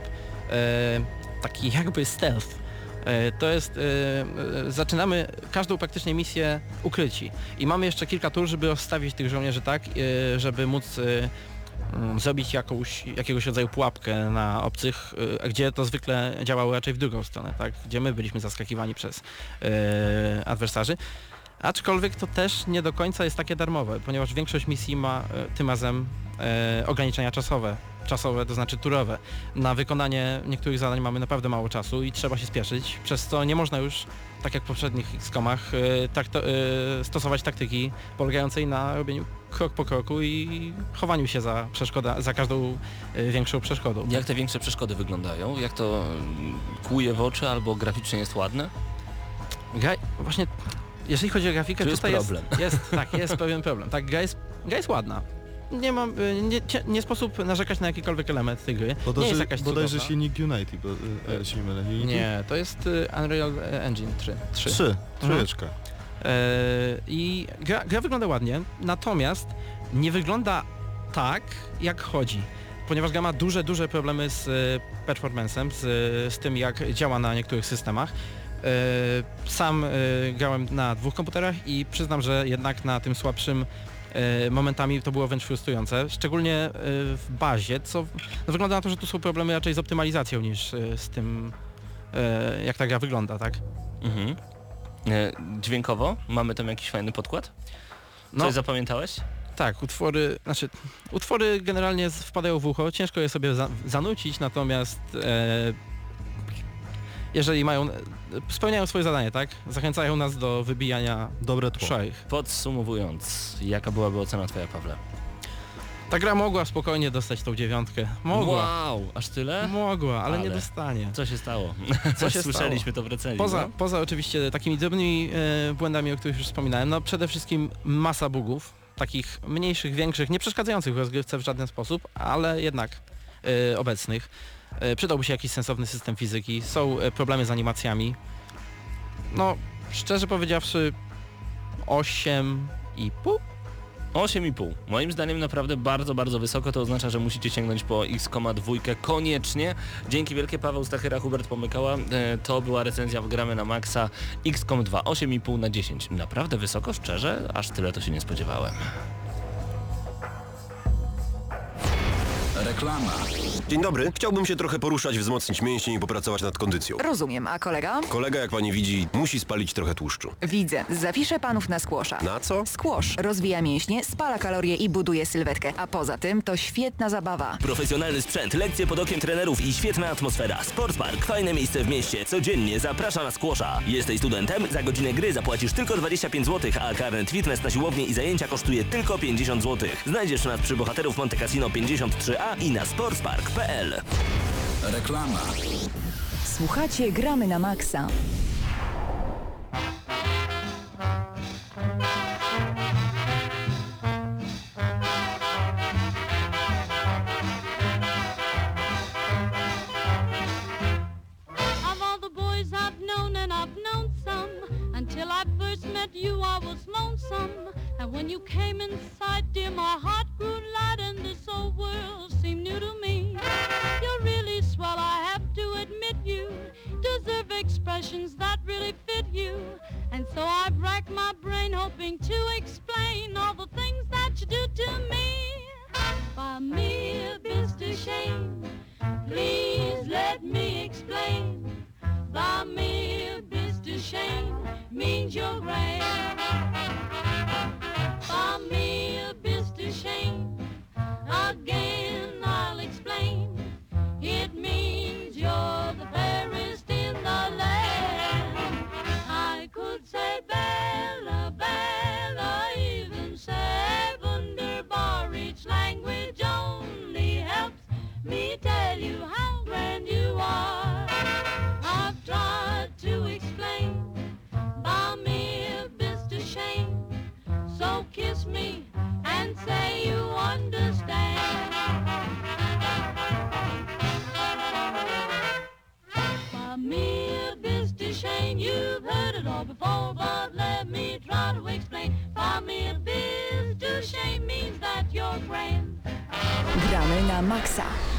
taki jakby stealth. To jest, zaczynamy każdą praktycznie misję ukryci i mamy jeszcze kilka tur, żeby rozstawić tych żołnierzy tak, żeby móc zrobić jakiegoś rodzaju pułapkę na obcych, gdzie to zwykle działało raczej w drugą stronę, tak? Gdzie my byliśmy zaskakiwani przez adwersarzy. Aczkolwiek to też nie do końca jest takie darmowe, ponieważ większość misji ma tym razem ograniczenia czasowe. czasowe, to znaczy turowe. Na wykonanie niektórych zadań mamy naprawdę mało czasu i trzeba się spieszyć, przez co nie można już, tak jak w poprzednich XCOMach, stosować taktyki polegającej na robieniu krok po kroku i chowaniu się za każdą większą przeszkodą. Jak te większe przeszkody wyglądają? Jak to kłuje w oczy albo graficznie jest ładne? Właśnie, jeżeli chodzi o grafikę, to jest tutaj problem. jest pewien problem. Tak, gra jest ładna. Nie sposób narzekać na jakikolwiek element tej gry. Nie jest jakaś bodajże cudowna. silnik Unity, bo się nie mylę. Unity? Nie, to jest Unreal Engine 3. Trójeczka. I gra wygląda ładnie, natomiast nie wygląda tak, jak chodzi. Ponieważ gra ma duże problemy z performance'em, z tym, jak działa na niektórych systemach. Sam grałem na 2 komputerach i przyznam, że jednak na tym słabszym momentami to było wręcz frustrujące, szczególnie w bazie, co wygląda na to, że tu są problemy raczej z optymalizacją niż z tym, jak ta gra wygląda, tak? Mhm. Dźwiękowo? Mamy tam jakiś fajny podkład? Coś zapamiętałeś? Tak, utwory generalnie wpadają w ucho, ciężko je sobie zanucić, natomiast jeżeli spełniają swoje zadanie, tak? Zachęcają nas do wybijania dobre tło. szajch. Podsumowując, jaka byłaby ocena twoja, Pawle? Ta gra mogła spokojnie dostać tą 9. Mogła. Wow, aż tyle? Mogła, ale nie dostanie. Co się stało? Co się Słyszeliśmy to w recenzji. Poza oczywiście takimi drobnymi błędami, o których już wspominałem, no przede wszystkim masa bugów, takich mniejszych, większych, nie przeszkadzających w rozgrywce w żaden sposób, ale jednak obecnych. Przydałby się jakiś sensowny system fizyki, są problemy z animacjami. No, szczerze powiedziawszy, 8,5? 8,5. Moim zdaniem naprawdę bardzo wysoko, to oznacza, że musicie sięgnąć po XCOMa 2 koniecznie. Dzięki wielkie, Paweł Stachyra, Hubert Pomykała. To była recenzja w Gramy na Maxa XCOM 2, 8,5 na 10. Naprawdę wysoko, szczerze, aż tyle to się nie spodziewałem. Reklama. Dzień dobry. Chciałbym się trochę poruszać, wzmocnić mięśnie i popracować nad kondycją. Rozumiem, a kolega? Kolega, jak pani widzi, musi spalić trochę tłuszczu. Widzę. Zapiszę panów na squasha. Na co? Squash rozwija mięśnie, spala kalorie i buduje sylwetkę, a poza tym to świetna zabawa. Profesjonalny sprzęt, lekcje pod okiem trenerów i świetna atmosfera. Sportspark, fajne miejsce w mieście. Codziennie zaprasza na squasha. Jesteś studentem? Za godzinę gry zapłacisz tylko 25 zł, a karnet fitness na siłownię i zajęcia kosztuje tylko 50 zł. Znajdziesz nas przy Bohaterów Monte Cassino 53A i na sportspark.pl. Reklama. Słuchacie Gramy na Maxa. Of all the boys I've known, and I've known some, until I first met you I was lonesome. And when you came in sight, dear, my heart grew light and this whole world seemed new to me. You're really swell, I have to admit you deserve expressions that really fit you. And so I've racked my brain hoping to explain all the things that you do to me. By mere Mr. Shane, please let me explain. By mere Mr. Shane means you're grand. By mere Mr. Shane, again I'll explain. It means you're the fairest in the land. I could say Bella, Bella, even say wunderbar. Each language only helps me tell you how grand you are. I've tried to explain by mere Mr. Shane. So kiss me and say you understand. By mere Mr. Shane, you've heard it all before, but let me try to explain. By mere Mr. Shane means that you're grand. Gramy na Maxa.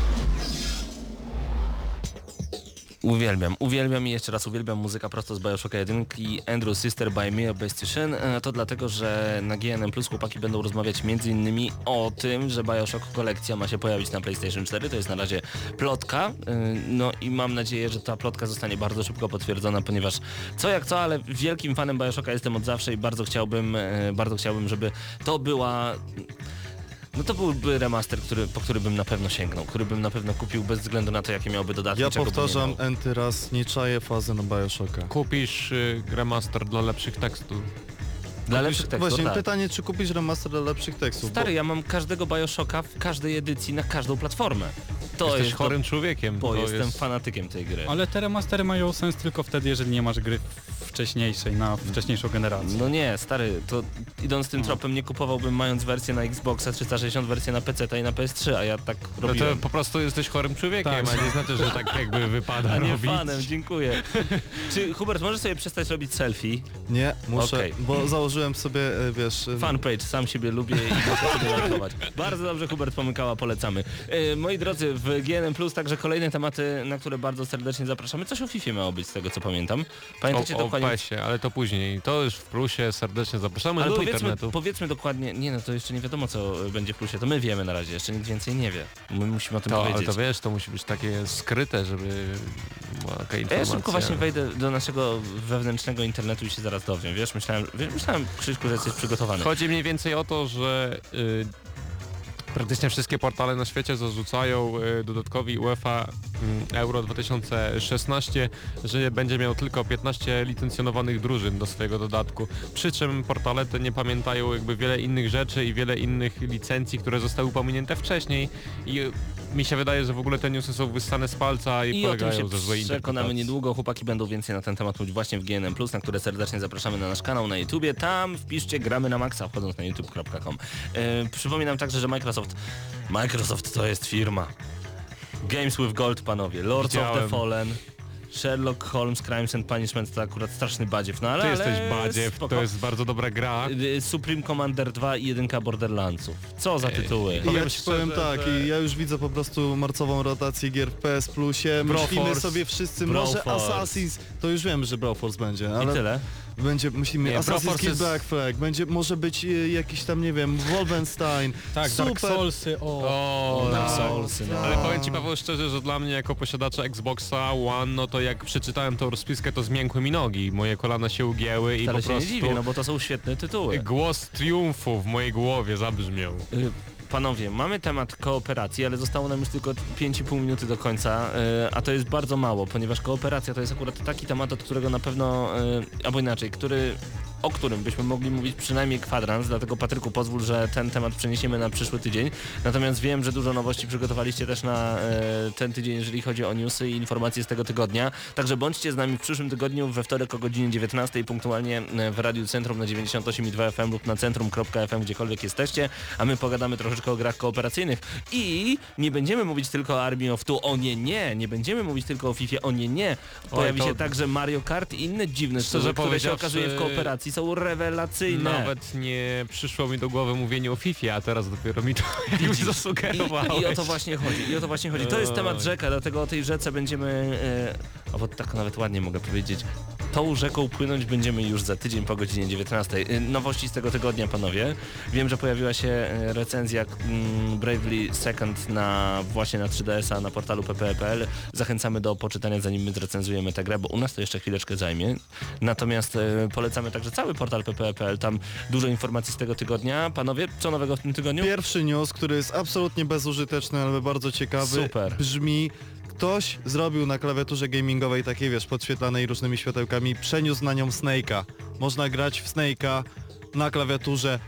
Uwielbiam i jeszcze raz uwielbiam muzyka prosto z Bioshocka 1 i Andrew Sister by Mere Bestishin. To dlatego, że na GNM Plus chłopaki będą rozmawiać m.in. o tym, że Bioshock kolekcja ma się pojawić na PlayStation 4. To jest na razie plotka. No i mam nadzieję, że ta plotka zostanie bardzo szybko potwierdzona, ponieważ co jak co, ale wielkim fanem Bioshocka jestem od zawsze i bardzo chciałbym, żeby to była No to byłby remaster, po który bym na pewno sięgnął, który bym na pewno kupił bez względu na to, jakie miałby dodatki. Ja czego by nie powtarzam miał. enty raz, nie czaję fazy na Bioshocka. Kupisz remaster dla lepszych tekstów. Dla lepszych tekstów, Właśnie tak. pytanie, czy kupisz remaster dla lepszych tekstów? Stary, ja mam każdego Bioshocka w każdej edycji na każdą platformę. To Jesteś jest chorym człowiekiem. bo to jestem jest... fanatykiem tej gry. Ale te remastery mają sens tylko wtedy, jeżeli nie masz gry wcześniejszej, na wcześniejszą generację. No nie, stary, to idąc tym tropem nie kupowałbym mając wersję na Xboxa 360, wersję na PC i na PS3, a ja tak No robiłem. to po prostu jesteś chorym człowiekiem, Tak. a nie znaczy, że tak jakby wypada A nie robić. fanem, dziękuję. Czy Hubert, możesz sobie przestać robić selfie? Nie, muszę, Okej. bo założyłem sobie, wiesz... Fanpage, sam siebie lubię i muszę sobie lajkować. Bardzo dobrze, Hubert Pomykała, polecamy. Moi drodzy, w GNM Plus także kolejne tematy, na które bardzo serdecznie zapraszamy. Coś o FIFA miało być, z tego co pamiętam. Pamiętacie O dokładnie? PES-ie, ale to później. To już w plusie, serdecznie zapraszamy Ale do powiedzmy, internetu. powiedzmy dokładnie, nie no to jeszcze nie wiadomo co będzie w plusie, to my wiemy na razie, jeszcze nikt więcej nie wie. My musimy o tym To, ale powiedzieć. to wiesz, to musi być takie skryte, żeby była taka Ja informacja. szybko właśnie wejdę do naszego wewnętrznego internetu i się zaraz dowiem, wiesz? Myślałem Krzyśku, że jesteś przygotowany. Chodzi mniej więcej o to, że praktycznie wszystkie portale na świecie zarzucają dodatkowi UEFA Euro 2016, że będzie miał tylko 15 licencjonowanych drużyn do swojego dodatku. Przy czym portale te nie pamiętają jakby wiele innych rzeczy i wiele innych licencji, które zostały pominięte wcześniej i mi się wydaje, że w ogóle te newsy są wyssane z palca i I o tym polegają się ze złej przekonamy interpretacji. niedługo. Chłopaki będą więcej na ten temat mówić właśnie w GNM+, na które serdecznie zapraszamy na nasz kanał na YouTubie. Tam wpiszcie Gramy na Maxa, wchodząc na youtube.com. Przypominam także, że Microsoft to jest firma. Games with Gold, panowie. Lords of the Widziałem. Fallen. Sherlock Holmes, Crimes and Punishment to akurat straszny badziew, no ale... Ty jesteś ale badziew, spoko. to jest bardzo dobra gra. Supreme Commander 2 i 1 Borderlandsów. Co za tytuły? Ja Powiem ci powiem szczerze, tak, że- i ja już widzę po prostu marcową rotację gier w PS Plusie. Myślimy Broforce. sobie wszyscy, Broforce. może Assassin's, to już wiem, że Broforce będzie, I ale tyle. myślimy Nie, Assassin's Broforce Creed jest- Black Flag, może być jakiś tam, nie wiem, Wolfenstein. Tak, super. Dark Soulsy, O, Dark tak. Soulsy, no. Ale powiem ci, Paweł, szczerze, że dla mnie jako posiadacza Xboxa One, no to jak przeczytałem tą rozpiskę, to zmiękły mi nogi, moje kolana się ugięły i Wcale po się nie prostu dziwię, no bo to są świetne tytuły. głos triumfu w mojej głowie zabrzmiał. Panowie, mamy temat kooperacji, ale zostało nam już tylko 5,5 minuty do końca, a to jest bardzo mało, ponieważ kooperacja to jest akurat taki temat, od którego na pewno, albo inaczej, o którym byśmy mogli mówić przynajmniej kwadrans, dlatego Patryku pozwól, że ten temat przeniesiemy na przyszły tydzień. Natomiast wiem, że dużo nowości przygotowaliście też na ten tydzień, jeżeli chodzi o newsy i informacje z tego tygodnia. Także bądźcie z nami w przyszłym tygodniu, we wtorek o godzinie 19 punktualnie w Radiu Centrum na 98,2 FM lub na centrum.fm, gdziekolwiek jesteście, a my pogadamy troszeczkę o grach kooperacyjnych i nie będziemy mówić tylko o Army of Two, o nie będziemy mówić tylko o FIFA, o nie. Pojawi to- się także Mario Kart i inne dziwne Szczerze rzeczy, które się powiedziawszy, okazuje w kooperacji są rewelacyjne. Nawet nie przyszło mi do głowy mówienie o FIFA, a teraz dopiero mi to jakoś zasugerowałeś. I o to właśnie chodzi. To jest temat rzeka, dlatego o tej rzece będziemy, bo tak nawet ładnie mogę powiedzieć, tą rzeką płynąć będziemy już za tydzień po godzinie 19. Nowości z tego tygodnia, panowie. Wiem, że pojawiła się recenzja Bravely Second właśnie na 3DS-a na portalu ppe.pl. Zachęcamy do poczytania, zanim my zrecenzujemy tę grę, bo u nas to jeszcze chwileczkę zajmie. Natomiast polecamy także cały portal ppe.pl, tam dużo informacji z tego tygodnia. Panowie, co nowego w tym tygodniu? Pierwszy news, który jest absolutnie bezużyteczny, ale bardzo ciekawy, Super. brzmi: ktoś zrobił na klawiaturze gamingowej takiej, wiesz, podświetlanej różnymi światełkami, przeniósł na nią Snake'a. Można grać w Snake'a na klawiaturze.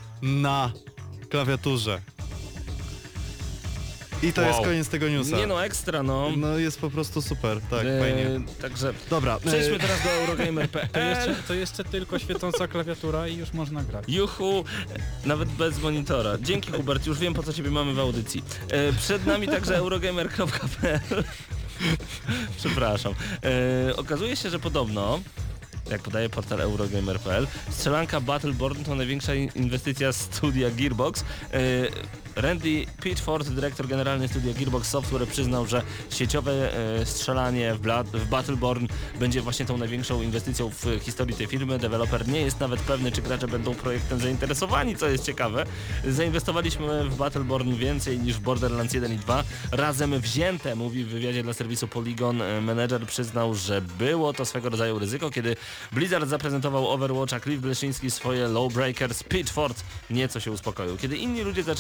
I to jest koniec tego newsa. Nie no, ekstra no. No jest po prostu super, tak, fajnie. Także Dobra, przejdźmy teraz do Eurogamer.pl. To jeszcze tylko świecąca klawiatura i już można grać. Juhu, nawet bez monitora. Dzięki Hubert, już wiem po co ciebie mamy w audycji. Przed nami także Eurogamer.pl. Przepraszam. Okazuje się, że podobno, jak podaje portal Eurogamer.pl, strzelanka Battleborn to największa inwestycja studia Gearbox. Randy Pitchford, dyrektor generalny studia Gearbox Software, przyznał, że sieciowe strzelanie w Battleborn będzie właśnie tą największą inwestycją w historii tej firmy. Deweloper nie jest nawet pewny, czy gracze będą projektem zainteresowani, co jest ciekawe. Zainwestowaliśmy w Battleborn więcej niż w Borderlands 1 i 2. Razem wzięte, mówi w wywiadzie dla serwisu Polygon. Menedżer przyznał, że było to swego rodzaju ryzyko, kiedy Blizzard zaprezentował Overwatch, a Cliff Bleszyński swoje Lawbreakers. Pitchford nieco się uspokoił. Kiedy inni ludzie zaczęli pokazywać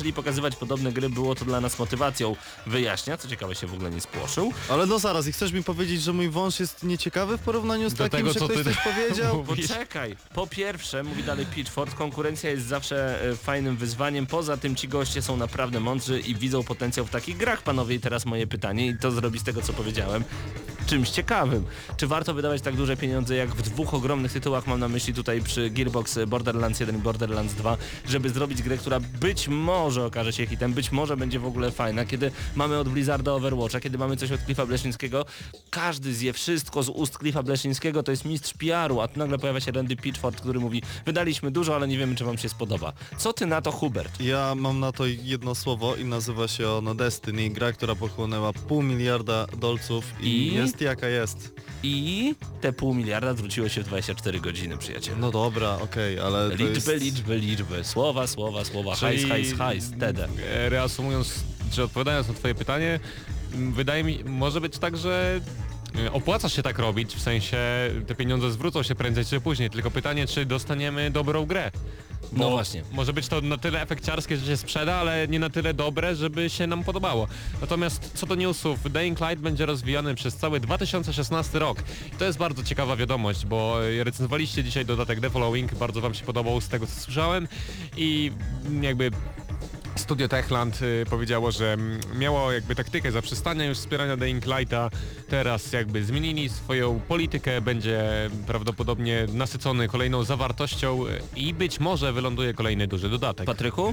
wydawać podobne gry, było to dla nas motywacją. Wyjaśnia, co ciekawe się w ogóle nie spłoszył. Ale no zaraz, i chcesz mi powiedzieć, że mój wąż jest nieciekawy w porównaniu z Do takim, tego, że co ktoś ty coś powiedział? Poczekaj, po pierwsze, mówi dalej Pitchford, konkurencja jest zawsze fajnym wyzwaniem, poza tym ci goście są naprawdę mądrzy i widzą potencjał w takich grach, panowie, i teraz moje pytanie, i to zrobi z tego, co powiedziałem, czymś ciekawym. Czy warto wydawać tak duże pieniądze jak w dwóch ogromnych tytułach, mam na myśli tutaj przy Gearbox Borderlands 1 i Borderlands 2, żeby zrobić grę, która być może okaże się hitem, być może będzie w ogóle fajna, kiedy mamy od Blizzarda Overwatcha, kiedy mamy coś od Cliffa Bleszyńskiego, każdy zje wszystko z ust Cliffa Bleszyńskiego, to jest mistrz PR-u, a tu nagle pojawia się Randy Pitchford, który mówi, wydaliśmy dużo, ale nie wiemy, czy wam się spodoba. Co ty na to, Hubert? Ja mam na to jedno słowo i nazywa się ono Destiny, gra, która pochłonęła $500 miliarda i jest jaka jest. I te $500 miliarda zwróciło się w 24 godziny, przyjaciel. No dobra, okej, ale to Liczby, słowa, Czyli, hajs, TD. Reasumując, czy odpowiadając na twoje pytanie, wydaje mi, może być tak, że opłaca się tak robić, w sensie te pieniądze zwrócą się prędzej czy później, tylko pytanie, czy dostaniemy dobrą grę. Bo No właśnie. Może być to na tyle efekciarskie, że się sprzeda, ale nie na tyle dobre, żeby się nam podobało. Natomiast co do newsów, Dying Light będzie rozwijany przez cały 2016 rok. I to jest bardzo ciekawa wiadomość, bo recenzowaliście dzisiaj dodatek The Following, bardzo wam się podobał z tego, co słyszałem i jakby Studio Techland powiedziało, że miało jakby taktykę zaprzestania już wspierania Dying Lighta, teraz jakby zmienili swoją politykę, będzie prawdopodobnie nasycony kolejną zawartością i być może wyląduje kolejny duży dodatek. Patryku?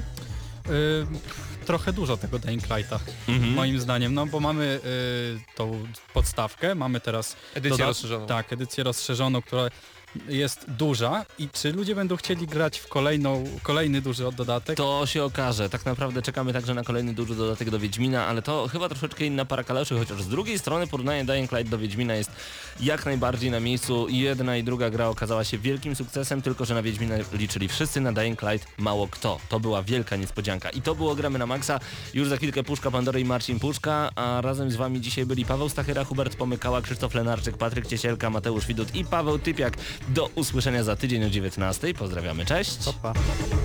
Trochę dużo tego Dying Lighta, moim zdaniem, no bo mamy tą podstawkę, mamy teraz Edycję rozszerzoną. Tak, edycję rozszerzoną, która jest duża i czy ludzie będą chcieli grać w kolejny duży dodatek? To się okaże. Tak naprawdę czekamy także na kolejny duży dodatek do Wiedźmina, ale to chyba troszeczkę inna para kaloszy, chociaż z drugiej strony porównanie Dying Light do Wiedźmina jest jak najbardziej na miejscu. Jedna i druga gra okazała się wielkim sukcesem, tylko że na Wiedźmina liczyli wszyscy, na Dying Light mało kto. To była wielka niespodzianka. I to było Gramy na Maxa. Już za chwilkę Puszka Pandory i Marcin Puszka, a razem z wami dzisiaj byli Paweł Stachyra, Hubert Pomykała, Krzysztof Lenarczyk, Patryk Ciesielka, Mateusz Widut i Paweł Typiak. Do usłyszenia za tydzień o 19:00. Pozdrawiamy, cześć. Pa.